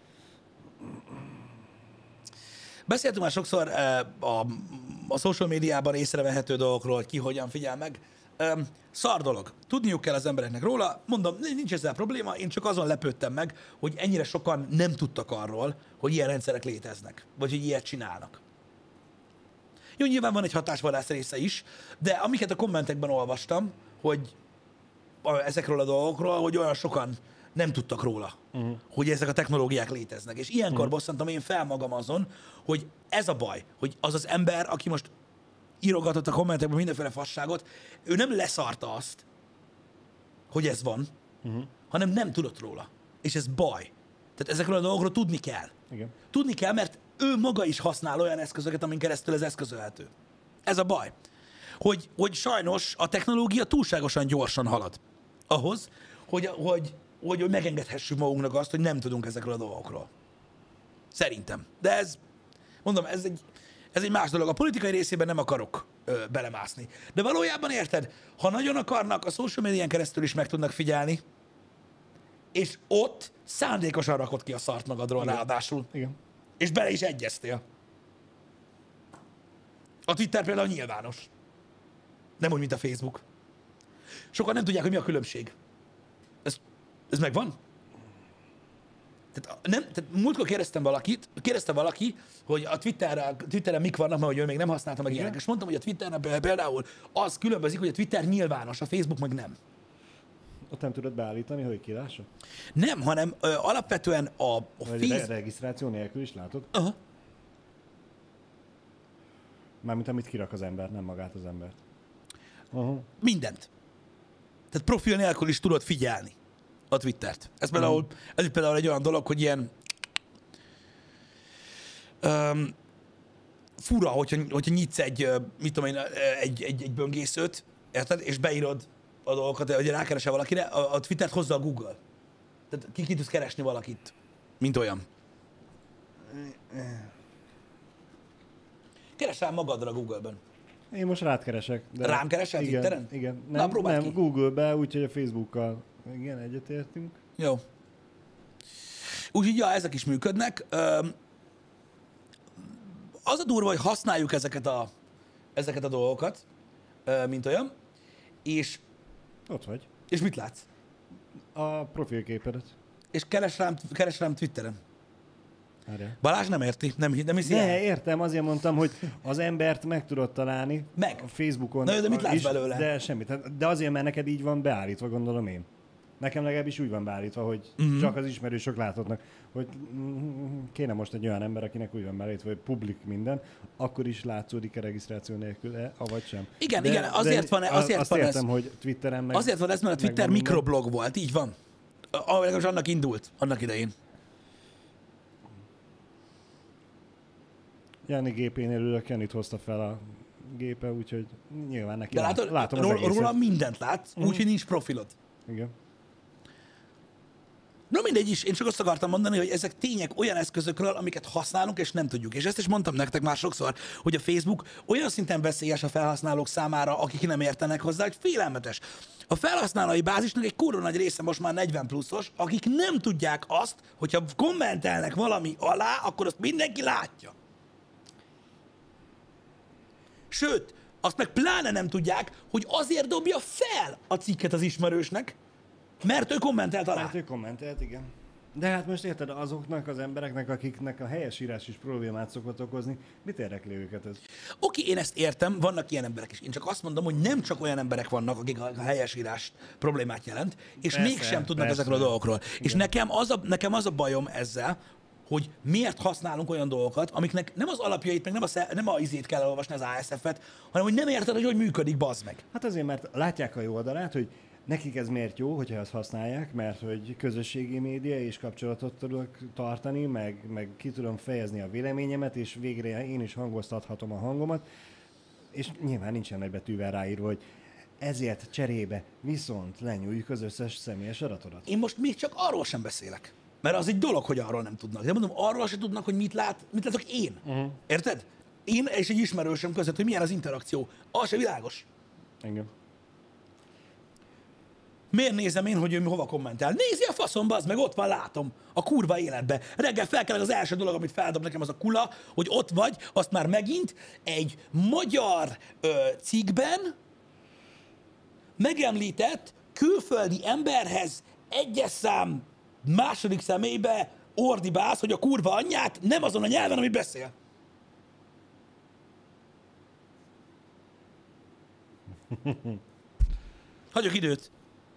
beszéltünk már sokszor a social médiában észrevehető dolgokról, hogy ki hogyan figyel meg. Szar dolog. Tudniuk kell az embereknek róla. Mondom, nincs ezzel probléma, én csak azon lepődtem meg, hogy ennyire sokan nem tudtak arról, hogy ilyen rendszerek léteznek, vagy hogy ilyet csinálnak. Jó, nyilván van egy hatásvadász része is, de amiket a kommentekben olvastam, hogy ezekről a dolgokról, hogy olyan sokan nem tudtak róla, hogy ezek a technológiák léteznek. És ilyenkor bosszantam én fel magam azon, hogy ez a baj, hogy az az ember, aki most írogatott a kommentekben mindenféle fasságot, ő nem leszarta azt, hogy ez van, hanem nem tudott róla. És ez baj. Tehát ezekről a dolgokról tudni kell. Igen. Tudni kell, mert ő maga is használ olyan eszközöket, amin keresztül ez eszközölhető. Ez a baj. Hogy sajnos a technológia túlságosan gyorsan halad. Ahhoz, hogy megengedhessük magunknak azt, hogy nem tudunk ezekről a dolgokról. Szerintem. De mondom, ez egy más dolog. A politikai részében nem akarok belemászni. De valójában érted, ha nagyon akarnak, a social médián keresztül is meg tudnak figyelni, és ott szándékosan rakod ki a szart magadról. Igen. Ráadásul. Igen. És bele is egyeztél. A Twitter például nyilvános. Nem úgy, mint a Facebook. Sokan nem tudják, hogy mi a különbség. Ez megvan? Tehát múltkor kérdezte valaki, hogy a Twitteren mik vannak, mert hogy ő még nem használta meg ilyenek. És mondtam, hogy a Twitteren például az különbözik, hogy a Twitter nyilvános, a Facebook meg nem. Ott nem tudod beállítani, hogy kilássa? Nem, hanem alapvetően a Facebook... regisztráció nélkül is látod? Aha. Mármint amit kirak az ember, nem magát az embert. Mindent. Tehát profil nélkül is tudod figyelni a Twittert. Ez például egy olyan dolog, hogy ilyen fura, hogyha nyitsz mit tudom én, egy böngészőt, érted? És beírod a dolgokat, hogy rákeresel valakire, a Twittert hozza a Google. Tehát ki tudsz keresni valakit, mint olyan. Keresel magadra Google-ben. Én most rád keresek. De rám keresel Twitteren? Igen. Nem, Google-be, úgyhogy a Facebookkal igen, egyetértünk. Jó. Úgyhogy ja, ezek is működnek. Az a durva, hogy használjuk ezeket a dolgokat, mint olyan, és... Ott vagy. És mit látsz? A profilképedet. És keres rám Twitteren. Erre. Balázs nem érti, nem hiszi el. Ne, értem, azért mondtam, hogy az embert meg tudod találni. Meg. A Facebookon. Na jó, de mit látsz is, belőle? De semmit. De azért, mert neked így van beállítva, gondolom én. Nekem legalábbis úgy van beállítva, hogy csak az ismerősök láthatnak, hogy kéne most egy olyan ember, akinek úgy van beállítva, hogy publik minden, akkor is látszódik a regisztráció nélkül, avagy sem. Igen, azért van értem, ez, hogy Twitteren meg... Azért van ez, mert a Twitter mikroblog volt, így van. Legalábbis annak indult, annak idején. Jani gépénél ülök, Janit hozta fel a gépe, úgyhogy nyilván neki de látom az egészet. Róla mindent látsz, úgyhogy nincs profilod. Igen. No mindegy is, én csak azt akartam mondani, hogy ezek tények olyan eszközökről, amiket használunk, és nem tudjuk. És ezt is mondtam nektek már sokszor, hogy a Facebook olyan szinten veszélyes a felhasználók számára, akik nem értenek hozzá, hogy félelmetes. A felhasználói bázisnak egy kurva nagy része most már 40 pluszos, akik nem tudják azt, hogyha kommentelnek valami alá, akkor azt mindenki látja. Sőt, azt meg pláne nem tudják, hogy azért dobja fel a cikket az ismerősnek, mert ő kommentelt alá. Hát ő kommentelt, igen. De hát most érted, azoknak az embereknek, akiknek a helyesírás is problémát szokott okozni, mit érdekli őket ez? Oké, én ezt értem, vannak ilyen emberek is. Én csak azt mondom, hogy nem csak olyan emberek vannak, akik a helyesírás problémát jelent, és Persze, mégsem tudnak persze. ezekről a dolgokról. És nekem az a bajom ezzel, hogy miért használunk olyan dolgokat, amiknek nem az alapjait, meg nem a izét kell elolvasni, az ASF-et, hanem hogy nem érted, hogy működik, bazd meg. Hát azért, mert látják a jó oldalát, hogy nekik ez miért jó, hogyha ezt használják, mert hogy közösségi média és kapcsolatot tudok tartani, meg ki tudom fejezni a véleményemet, és végre én is hangoztathatom a hangomat, és nyilván nincsen nagybetűvel ráírva, hogy ezért cserébe viszont lenyúljuk az összes személyes adatodat. Én most még csak arról sem beszélek. Mert az egy dolog, hogy arról nem tudnak. De mondom, arról sem tudnak, hogy mit látok én. Érted? Én és egy ismerősöm között, hogy milyen az interakció. Az se világos. Engem. Miért nézem én, hogy ő hova kommentál? Nézi a faszom, bazd meg, ott van, látom. A kurva életbe. Reggel felkelek, az első dolog, amit feldob nekem, az a kula, hogy ott vagy, azt már megint egy magyar cikkben megemlített külföldi emberhez egyes szám második személybe ordibálsz, hogy a kurva anyját nem azon a nyelven, amit beszél. Hagyok időt.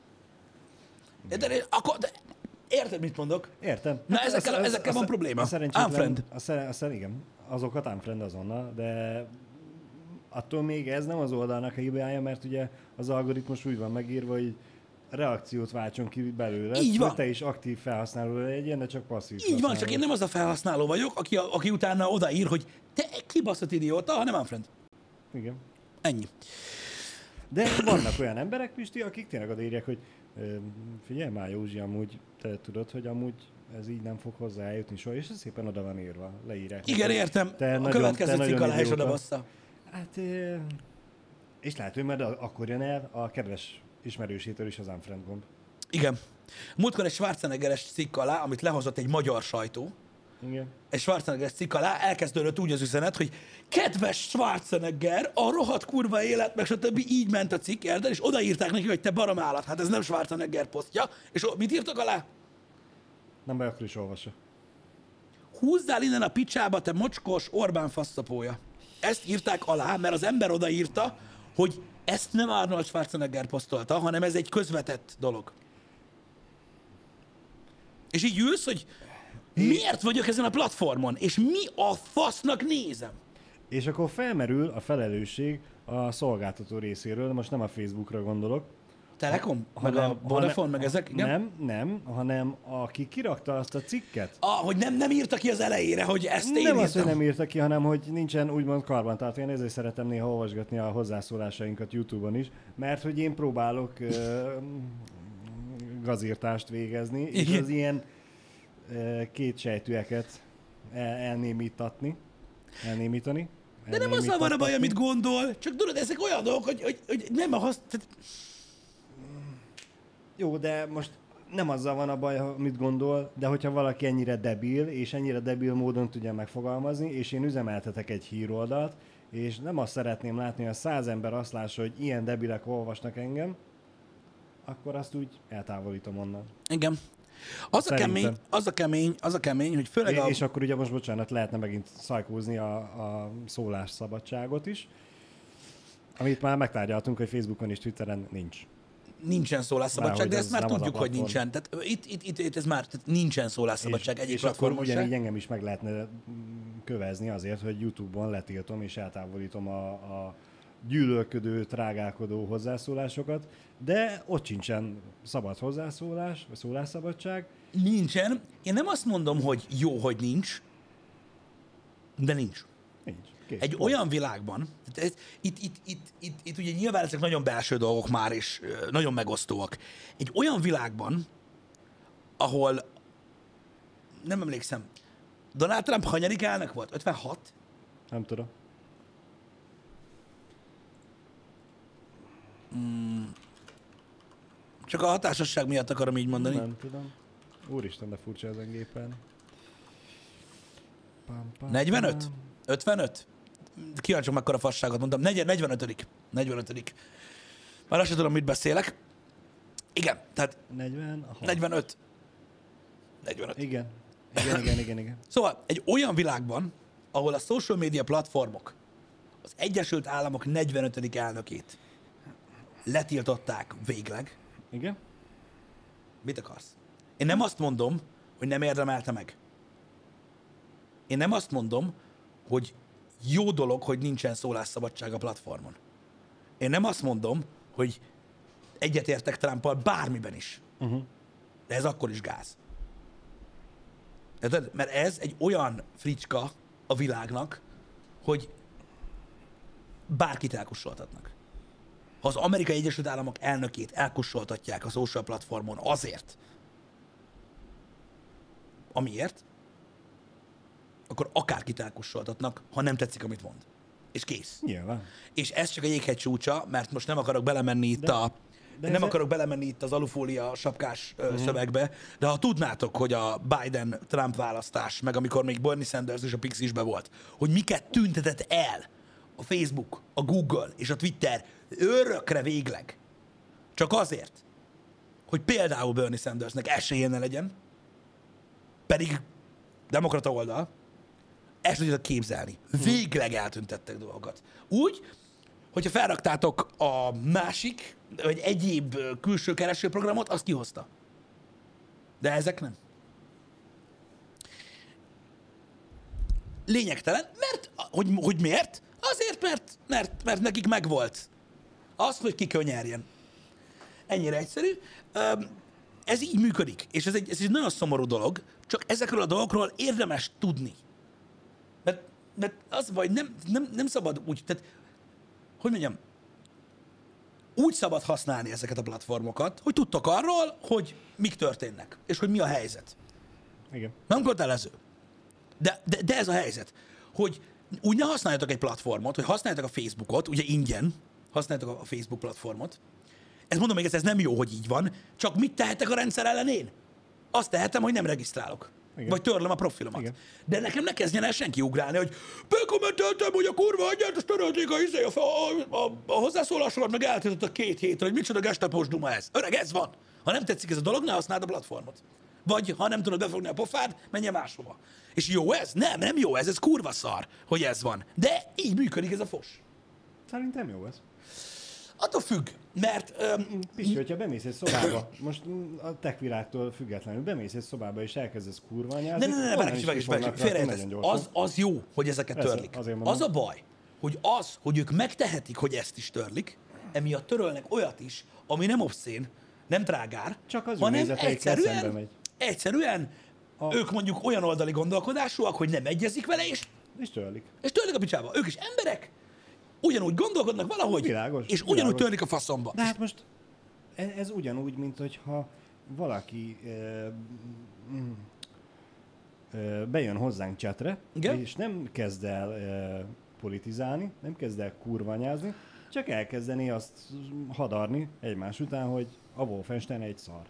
De érted, mit mondok? Értem. Na, ezekkel van probléma. Unfriend. Igen, azokat unfriend azonnal, de attól még ez nem az oldalnak a hibája, mert ugye az algoritmus úgy van megírva, hogy reakciót váltson ki belőle, Így van. hogy te is aktív felhasználó legyen, de csak passzív Így van, felhasználó. csak én nem az a felhasználó vagyok, aki utána odaír, hogy te kibaszott idióta, hanem unfriend. Igen. Ennyi. De vannak olyan emberek, Pisti, akik tényleg odaírják, hogy figyelj már, Józsi, amúgy te tudod, hogy amúgy ez így nem fog hozzá eljutni soha, és ez szépen oda van írva, leírják. Igen, értem. Te A nagyon- következő te cikk nagyon alá is idióta. oda bassza. Hát, és lehet, hogy majd akkor jön el a kedves ismerősétől is az unfriend gomb. Igen. Múltkor egy Schwarzeneggeres cikk alá, amit lehozott egy magyar sajtó, Igen. egy Schwarzeneggeres cikk alá elkezdődött úgy az üzenet, hogy kedves Schwarzenegger, a rohadt kurva élet, meg stb. Így ment a cikk, érted? És odaírták neki, hogy te barom állat, hát ez nem Schwarzenegger posztja. És mit írtak alá? Nem baj, akkor is olvassa. Húzzál innen a picsába, te mocskos Orbán faszapója. Ezt írták alá, mert az ember odaírta, hogy ezt nem Arnold Schwarzenegger posztolta, hanem ez egy közvetett dolog. És így ülsz, hogy miért vagyok ezen a platformon, és mi a fasznak nézem? És akkor felmerül a felelősség a szolgáltató részéről, de most nem a Facebookra gondolok. Telekom? Meg a Vodafone, meg ezek? Igen? Nem, hanem aki kirakta azt a cikket. Hogy nem írta ki az elejére, hogy ezt én Nem azt, írtam. hogy nem írta ki, hanem hogy nincsen úgymond karbantartva. Én ezért szeretem néha olvasgatni a hozzászólásainkat YouTube-on is, mert hogy én próbálok gazírtást végezni, és Igen. az ilyen kétsejtőeket elnémítani. De nem azzal van a baj, amit gondol, csak tudod, ezek olyan dolgok, hogy nem a tehát Jó, de most nem azzal van a baj, amit gondol, de hogyha valaki ennyire debil, és ennyire debil módon tudja megfogalmazni, és én üzemeltetek egy híroldalt, és nem azt szeretném látni, hogy a 100 ember azt lássa, hogy ilyen debilek olvasnak engem, akkor azt úgy eltávolítom onnan. igen. Az a kemény, hogy főleg És akkor ugye most, bocsánat, lehetne megint szajkózni a szólásszabadságot is, amit már megtárgyaltunk, hogy Facebookon és Twitteren nincs. nincsen szólásszabadság, Bárhogy de ez ezt már nem az a tudjuk, hogy platform. nincsen. Tehát itt ez már tehát nincsen szólásszabadság egyik és akkor platformon ugyanígy se. engem is meg lehetne kövezni azért, hogy YouTube-on letiltom és eltávolítom a gyűlölködő, trágálkodó hozzászólásokat, de ott sincsen szabad hozzászólás, vagy szólásszabadság. Nincsen. Én nem azt mondom, hogy jó, hogy nincs, de nincs. Nincs. Egy olyan világban, tehát itt ugye nyilván ezek nagyon belső dolgok már, és nagyon megosztóak. Egy olyan világban, ahol, nem emlékszem, Donald Trump hanyadik elnök volt? 56? Nem tudom. Csak a hatásosság miatt akarom így mondani. Nem tudom. Úristen, de furcsa ezen gépen. 45? 55? Kíváncsiak mekkora fasságot mondtam. 45. 45. Már azt sem tudom, mit beszélek. Igen, tehát 40? Aha. 45. 45. Igen. Szóval egy olyan világban, ahol a social media platformok az Egyesült Államok 45. elnökét letiltották végleg. Igen? Mit akarsz? Én nem azt mondom, hogy nem érdemelte meg. Én nem azt mondom, hogy jó dolog, hogy nincsen szólásszabadság a platformon. Én nem azt mondom, hogy egyetértek Trumpal bármiben is. De ez akkor is gáz. Érted? Mert ez egy olyan fricska a világnak, hogy bárkit elkussoltatnak. Ha az Amerikai Egyesült Államok elnökét elkussoltatják a social platformon azért, amiért, akkor akárkit elkussoltatnak, ha nem tetszik, amit mond. És kész. Nyilván. És ez csak a jéghegy csúcsa, mert most nem akarok belemenni itt akarok belemenni itt az alufólia sapkás szövegbe, de ha tudnátok, hogy a Biden-Trump választás, meg amikor még Bernie Sanders és a Pixisbe volt, hogy miket tüntetett el a Facebook, a Google és a Twitter örökre végleg, csak azért, hogy például Bernie Sandersnek esélye ne legyen, pedig demokrata oldal, ezt tudjátok képzelni. Végleg eltüntettek dolgokat. Úgy, hogyha felraktátok a másik, vagy egyéb külső keresőprogramot, azt kihozta. De ezek nem. Lényegtelen, mert, hogy miért? Azért, mert nekik megvolt az, hogy kikönyerjen. Ennyire egyszerű. Ez így működik, és ez egy nagyon szomorú dolog, csak ezekről a dolgokról érdemes tudni. Mert az baj, nem szabad úgy, tehát, hogy mondjam, úgy szabad használni ezeket a platformokat, hogy tudtok arról, hogy mik történnek, és hogy mi a helyzet. Igen. Nem kötelező. De ez a helyzet, hogy úgy ne használjatok egy platformot, hogy használjátok a Facebookot, ugye ingyen használjátok a Facebook platformot. Ezt mondom még, ez nem jó, hogy így van, csak mit tehetek a rendszer ellen én? Azt tehetem, hogy nem regisztrálok. Igen. Vagy törlöm a profilomat. Igen. De nekem ne kezdjen el senki ugrálni, hogy bekommenteltem, hogy a kurva anyját, azt törölték a hozzászólásomat, meg eltiltottak 2 hétre, hogy micsoda gestapós duma ez. Öreg, ez van. Ha nem tetszik ez a dolog, ne használd a platformot. Vagy ha nem tudod befogni a pofád, menjen máshova. És jó ez? Nem jó ez kurva szar, hogy ez van. De így működik ez a fos. Szerintem jó ez. Attól függ, mert... Pisti, hogyha bemész egy szobába, most a tech világtól függetlenül, bemész egy szobába és elkezdesz kurvanyázni... Az jó, hogy ezeket törlik. Az a baj, hogy ők megtehetik, hogy ezt is törlik, emiatt törölnek olyat is, ami nem obszén, nem trágár, csak az hanem egyszerűen ők mondjuk olyan oldali gondolkodásúak, hogy nem egyezik vele, és törlik. És törlik a picsába. Ők is emberek, ugyanúgy gondolkodnak valahogy, világos, és ugyanúgy törlik a faszomba. De hát most ez ugyanúgy, mint hogyha valaki bejön hozzánk chatre, és nem kezd el politizálni, nem kezd el kurvanyázni, csak elkezdeni azt hadarni egymás után, hogy a Wolfenstein egy szar.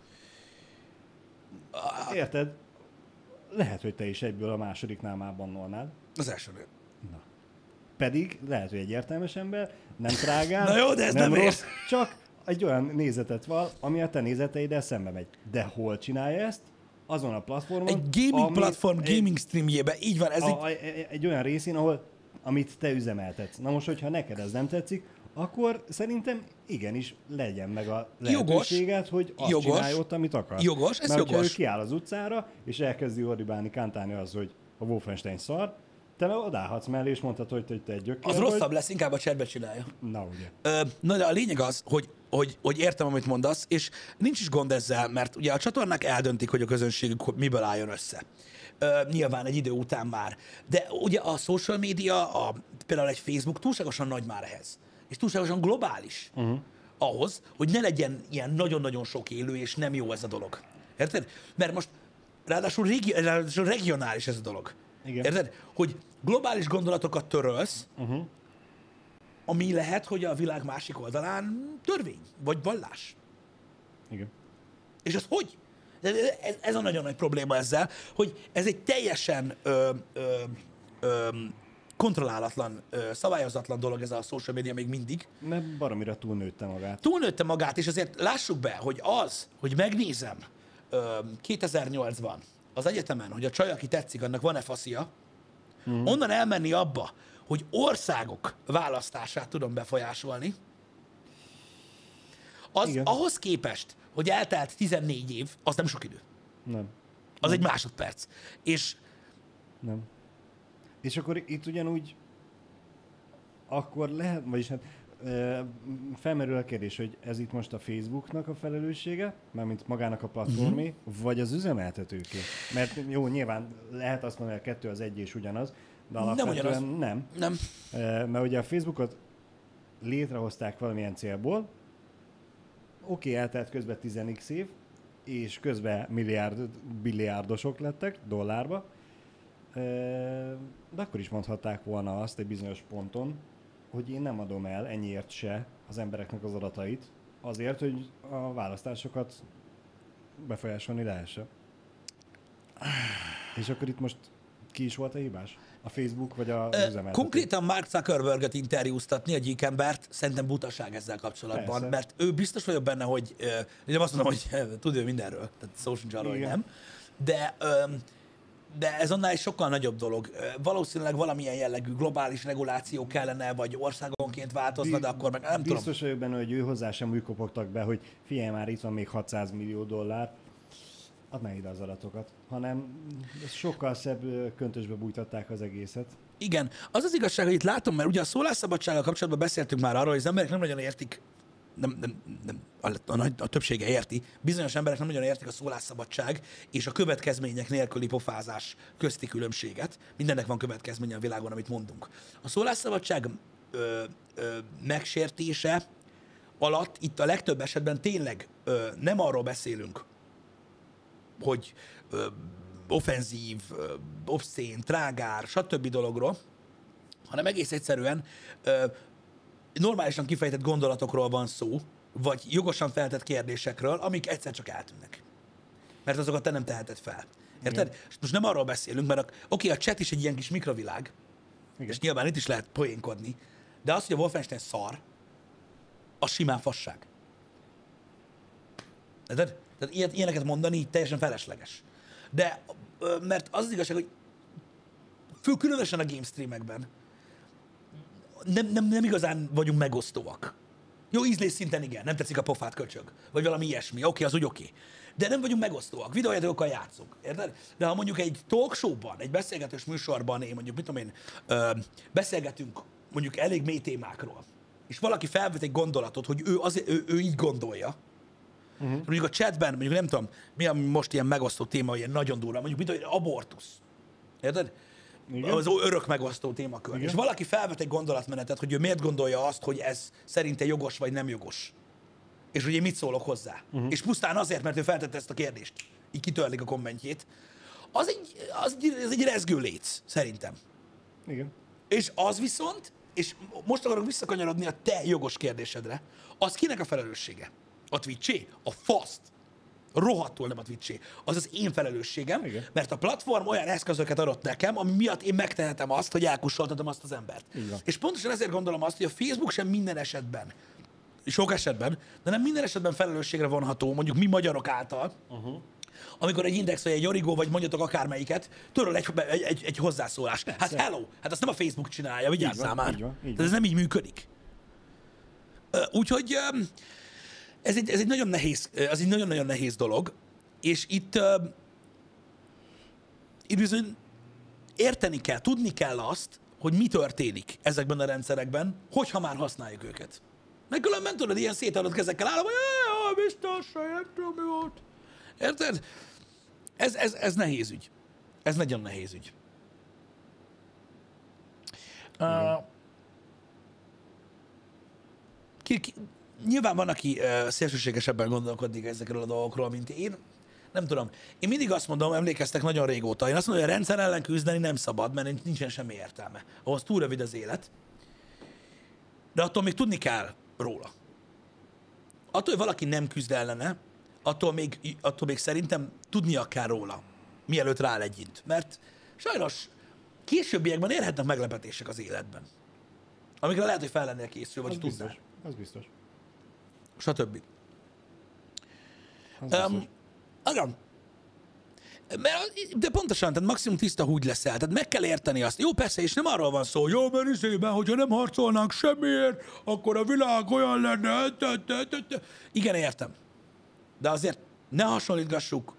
Érted? Lehet, hogy te is egyből a másodiknál már bannolnád. Az elsőnél. Na. Pedig lehet, hogy egy értelmes ember, nem trágál, na jó, de ez nem rossz, csak egy olyan nézetet val, ami a te nézeteiddel szembe megy. De hol csinálja ezt? Azon a platformon. Egy gaming platform, gaming streamjébe, így van. Ez egy olyan részén, amit te üzemeltetsz. Na most, hogyha neked ez nem tetszik, akkor szerintem igenis legyen meg a lehetőséget, hogy azt csinálj ott, amit akarsz. Jogos, ez mert jogos. Mert ha ő kiáll az utcára, és elkezdi ordibálni, kántálni az, hogy a Wolfenstein szar, te meg odállhatsz mellé, és mondhatod, hogy te egy gyökér. Az rosszabb lesz, inkább a chatbe csinálja. Na ugye. Na de a lényeg az, hogy hogy értem, amit mondasz, és nincs is gond ezzel, mert ugye a csatornák eldöntik, hogy a közönségük miből álljon össze. Nyilván egy idő után már. De ugye a social media, például egy Facebook túlságosan nagy már ehhez. És túlságosan globális ahhoz, hogy ne legyen ilyen nagyon-nagyon sok élő, és nem jó ez a dolog. Érted? Mert most ráadásul regionális ez a dolog. Igen. Érted? Hogy globális gondolatokat törölsz, ami lehet, hogy a világ másik oldalán törvény, vagy vallás. Igen. És az hogy? Ez a nagyon nagy probléma ezzel, hogy ez egy teljesen kontrollálatlan, szabályozatlan dolog ez a social media még mindig. Mert baromira túlnőtte magát. Túlnőtte magát, és azért lássuk be, hogy hogy megnézem 2008-ban az egyetemen, hogy a csaj, aki tetszik, annak van-e faszia, onnan elmenni abba, hogy országok választását tudom befolyásolni, az Igen. ahhoz képest, hogy eltelt 14 év, az nem sok idő. Nem. Az egy másodperc. És Nem. És akkor itt ugyanúgy akkor lehet, vagyis hát felmerül a kérdés, hogy ez itt most a Facebooknak a felelőssége, mármint magának a platformé, vagy az üzemeltetőké. Mert jó, nyilván lehet azt mondani, hogy a kettő az egy és ugyanaz, de alapvetően nem. Mert ugye a Facebookot létrehozták valamilyen célból, oké, eltelt közben 10x év, és közben billiárdosok lettek dollárba, de akkor is mondhatták volna azt egy bizonyos ponton, hogy én nem adom el ennyiért se az embereknek az adatait, azért, hogy a választásokat befolyásolni lehessen. És akkor itt most ki is volt a hibás? A Facebook vagy az üzemeltető? Konkrétan Mark Zuckerberget interjúztatni, a gyík embert, szerintem butaság ezzel kapcsolatban, Persze. mert ő biztos vagyok benne, hogy nem azt mondom, hogy tud ő mindenről, tehát szó sincs arról, hogy nem, de ez annál is sokkal nagyobb dolog. Valószínűleg valamilyen jellegű globális reguláció kellene, vagy országonként változna, de akkor meg nem tudom. Biztos vagyok benne, hogy ő hozzá sem úgy kopogtak be, hogy figyelj már, itt van még 600 millió dollár, add meg ide az adatokat, hanem sokkal szebb köntösbe bújtatták az egészet. Igen, az az igazság, hogy itt látom, mert ugye a szólásszabadsággal kapcsolatban beszéltünk már arról, hogy az emberek nem nagyon értik, a többsége érti, bizonyos emberek nem nagyon értik a szólásszabadság és a következmények nélküli pofázás közti különbséget. Mindennek van következménye a világon, amit mondunk. A szólásszabadság megsértése alatt itt a legtöbb esetben tényleg nem arról beszélünk, hogy offenzív, obszén, trágár, stb. Dologról, hanem egész egyszerűen normálisan kifejtett gondolatokról van szó, vagy jogosan feltett kérdésekről, amik egyszer csak eltűnnek. Mert azokat te nem teheted fel. Érted? Igen. Most nem arról beszélünk, mert a chat is egy ilyen kis mikrovilág, igen. És nyilván itt is lehet poénkodni, de az, hogy a Wolfenstein szar, az simán fasság. Érted? Tehát ilyeneket mondani így teljesen felesleges. De, mert az igazság, hogy különösen a game streamekben nem igazán vagyunk megosztóak. Jó, ízlés szinten igen, nem tetszik a pofát, köcsög. Vagy valami ilyesmi, oké, az úgy oké. De nem vagyunk megosztóak, videójátékokkal játszunk, érted? De ha mondjuk egy talk show-ban, egy beszélgetős műsorban, én mondjuk, mit tudom én, beszélgetünk mondjuk elég mély témákról, és valaki felvet egy gondolatot, hogy ő így gondolja, mondjuk a chatben, mondjuk nem tudom, mi a most ilyen megosztó téma, ilyen nagyon durva, mondjuk mit tudom, abortusz. Érted? Igen. Az örök megosztó témakör. Igen. És valaki felvet egy gondolatmenetet, hogy ő miért gondolja azt, hogy ez szerinte jogos vagy nem jogos. És hogy én mit szólok hozzá. És pusztán azért, mert ő feltette ezt a kérdést. Így kitörlik a kommentjét. Az egy rezgő léc, szerintem. Igen. És az viszont, és most akarok visszakanyarodni a te jogos kérdésedre, az kinek a felelőssége? A Twitché? A faszt? Rohadtul nem a Twitché. Az az én felelősségem, igen. Mert a platform olyan eszközöket adott nekem, ami miatt én megtehetem azt, hogy elkussoltatom azt az embert. És pontosan ezért gondolom azt, hogy a Facebook sem minden esetben, sok esetben, de nem minden esetben felelősségre vonható, mondjuk mi magyarok által, amikor egy Index vagy egy Origo, vagy mondjatok akármelyiket, töröl egy hozzászólás. Hát hello, hát azt nem a Facebook csinálja, vigyázzál már. Így van. Tehát ez nem így működik. Úgyhogy ez egy nagyon nehéz, az egy nagyon-nagyon nehéz dolog, és itt bizony érteni kell, tudni kell azt, hogy mi történik ezekben a rendszerekben, hogyha már használjuk őket. Meg különben tudod, ilyen szétadott kezekkel állom, hogy biztos, nem tudom mi volt. Érted? Ez nehéz ügy. Ez nagyon nehéz ügy. Nyilván van, aki szélsőségesebben gondolkodik ezekről a dolgokról, mint én. Nem tudom. Én mindig azt mondom, emlékeztek nagyon régóta, én azt mondom, hogy a rendszer ellen küzdeni nem szabad, mert nincsen semmi értelme. Ahhoz túl rövid az élet. De attól még tudni kell róla. Attól, hogy valaki nem küzd ellene, attól még szerintem tudnia kell róla, mielőtt rálegyint. Mert sajnos későbbiekben érhetnek meglepetések az életben. Amikre lehet, hogy fel lennél készül, vagy tudnál. Az biztos. Stb. Igen. De pontosan, tehát maximum tiszta húgy leszel, tehát meg kell érteni azt. Jó, persze, és nem arról van szó, jó, mert izében, hogyha nem harcolnánk semmiért, akkor a világ olyan lenne. Igen, értem. De azért ne hasonlítgassuk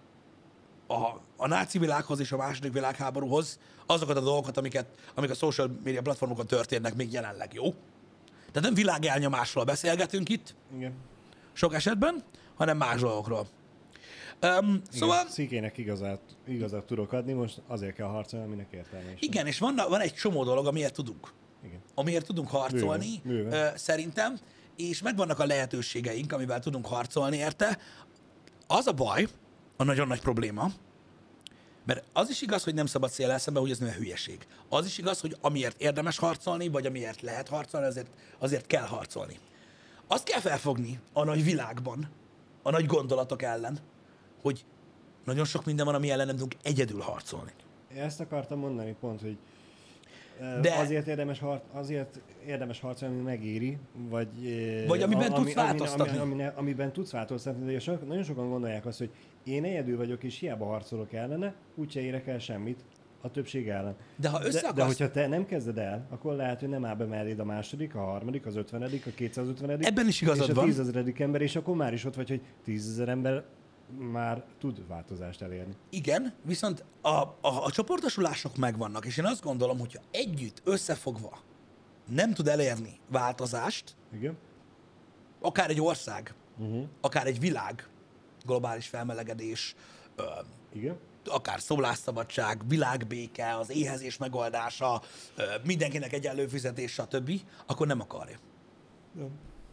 a náci világhoz és a második világháborúhoz azokat a dolgokat, amik a social media platformokon történnek még jelenleg, jó? Tehát nem világelnyomásról beszélgetünk itt, igen. Sok esetben, hanem más dolgokról. Szóval... Szikének igazat tudok adni, most azért kell harcolni, aminek értelme is. Igen, és van egy csomó dolog, amiért tudunk. Igen. Amiért tudunk harcolni, Bőven. Szerintem, és megvannak a lehetőségeink, amivel tudunk harcolni érte. Az a baj, a nagyon nagy probléma, mert az is igaz, hogy nem szabad széllel szembe, hogy ez nem hülyeség. Az is igaz, hogy amiért érdemes harcolni, vagy amiért lehet harcolni, azért kell harcolni. Azt kell felfogni a nagy világban, a nagy gondolatok ellen, hogy nagyon sok minden van, ami ellen nem tudunk egyedül harcolni. Ezt akartam mondani pont, hogy de azért érdemes harcolni, ami megéri, vagy amiben tudsz változtatni. Amiben tudsz változtatni, de nagyon sokan gondolják azt, hogy én egyedül vagyok, és hiába harcolok ellene, úgyse érek el semmit a többség ellen. De hogyha te nem kezded el, akkor lehet, hogy nem áll be melléd a második, a harmadik, az 50., a 250. Ebben is igazad van. És a 10 000. ember, és akkor már is ott vagy, hogy 10 000 ember már tud változást elérni. Igen, viszont a csoportosulások megvannak, és én azt gondolom, hogyha együtt, összefogva nem tud elérni változást, igen. Akár egy ország, akár egy világ, globális felmelegedés, igen. Akár szólásszabadság, világbéke, az éhezés megoldása, mindenkinek egyenlő fizetés, stb., akkor nem akarja. Ja.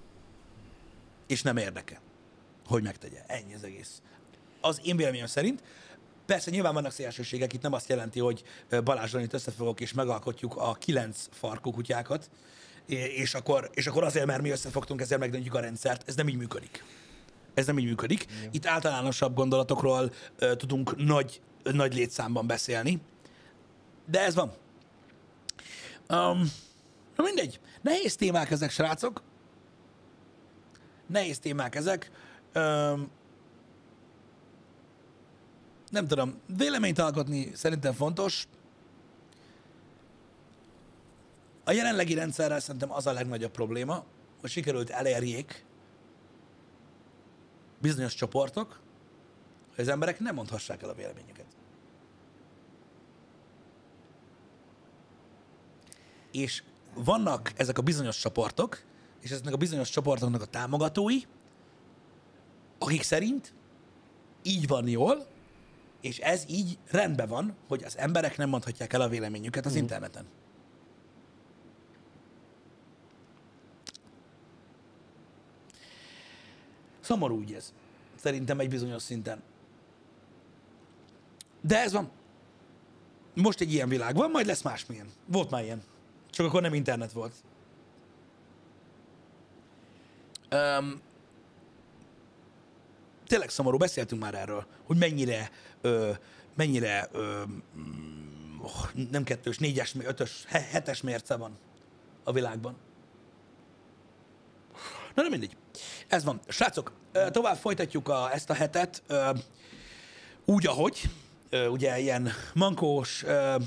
És nem érdeke, hogy megtegye. Ennyi az egész. Az én véleményem szerint. Persze nyilván vannak szélsőségek, itt nem azt jelenti, hogy Balázsral itt összefogok és megalkotjuk a 9 farkú kutyákat, és akkor azért, mert mi összefogtunk, ezzel megdöntjük a rendszert. Ez nem így működik. Igen. Itt általánosabb gondolatokról tudunk nagy létszámban beszélni. De ez van. Na mindegy. Nehéz témák ezek, srácok. Nehéz témák ezek. Nem tudom, véleményt alkotni szerintem fontos. A jelenlegi rendszerrel szerintem az a legnagyobb probléma, hogy sikerült elérjék bizonyos csoportok, hogy az emberek nem mondhassák el a véleményüket. És vannak ezek a bizonyos csoportok, és ezeknek a bizonyos csoportoknak a támogatói, akik szerint így van jól, és ez így rendben van, hogy az emberek nem mondhatják el a véleményüket az interneten. Szomorú úgy ez. Szerintem egy bizonyos szinten. De ez van. Most egy ilyen világ van, majd lesz másmilyen. Volt már ilyen. Csak akkor nem internet volt. Tényleg szomorú, beszéltünk már erről, hogy mennyire nem 2-es, 4-es, 5-ös, 7-es mérce van a világban. Na, nem mindegy. Ez van. Srácok, tovább folytatjuk ezt a hetet úgy, ahogy. Ugye ilyen mankós,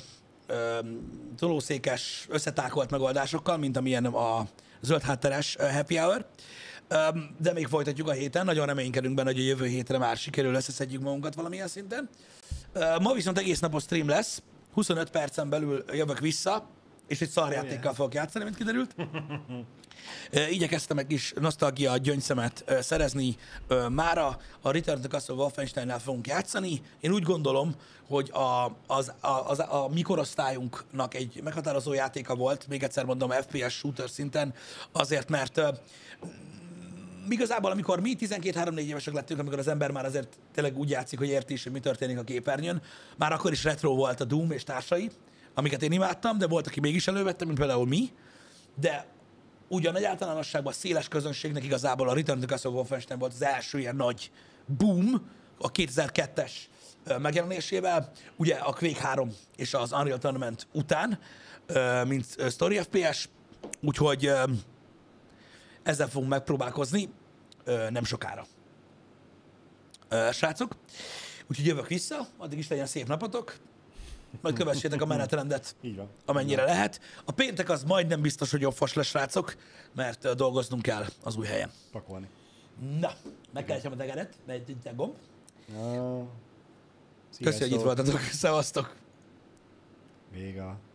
tolószékes, összetákolt megoldásokkal, mint amilyen a zöld hátteres happy hour. De még folytatjuk a héten. Nagyon reménykedünk benne, hogy a jövő hétre már sikerül összeszedjük magunkat valamilyen szinten. Ma viszont egész napos stream lesz. 25 percen belül jövök vissza. és egy szarjátékkal fogok játszani, mint kiderült. Igyekeztem egy kis nosztalgia gyöngyszemet szerezni mára. A Return to Castle Wolfensteinnel fogunk játszani. Én úgy gondolom, hogy a mi korosztályunknak egy meghatározó játéka volt, még egyszer mondom, FPS shooter szinten, azért, mert igazából, amikor mi 12-3-4 évesek lettünk, amikor az ember már azért tényleg úgy játszik, hogy érti is, hogy mi történik a képernyőn, már akkor is retro volt a Doom és társai, amiket én imádtam, de volt, aki mégis elővette, mint például mi, de ugyan nagy általánosságban a széles közönségnek igazából a Return to Castle Wolfenstein volt az első ilyen nagy boom a 2002-es megjelenésével, ugye a Quake 3 és az Unreal Tournament után, mint Story FPS, úgyhogy ezzel fogunk megpróbálkozni nem sokára. Srácok, úgyhogy jövök vissza, addig is legyen szép napotok, majd kövessétek a menetrendet, amennyire lehet. A péntek az majdnem biztos, hogy offos lesz, srácok, mert dolgoznunk kell az új helyen. Pakolni. Na, megkeresem a tegedet, mert egy gomb. No. Köszönjük, hogy itt voltatok. Szevasztok! Vége.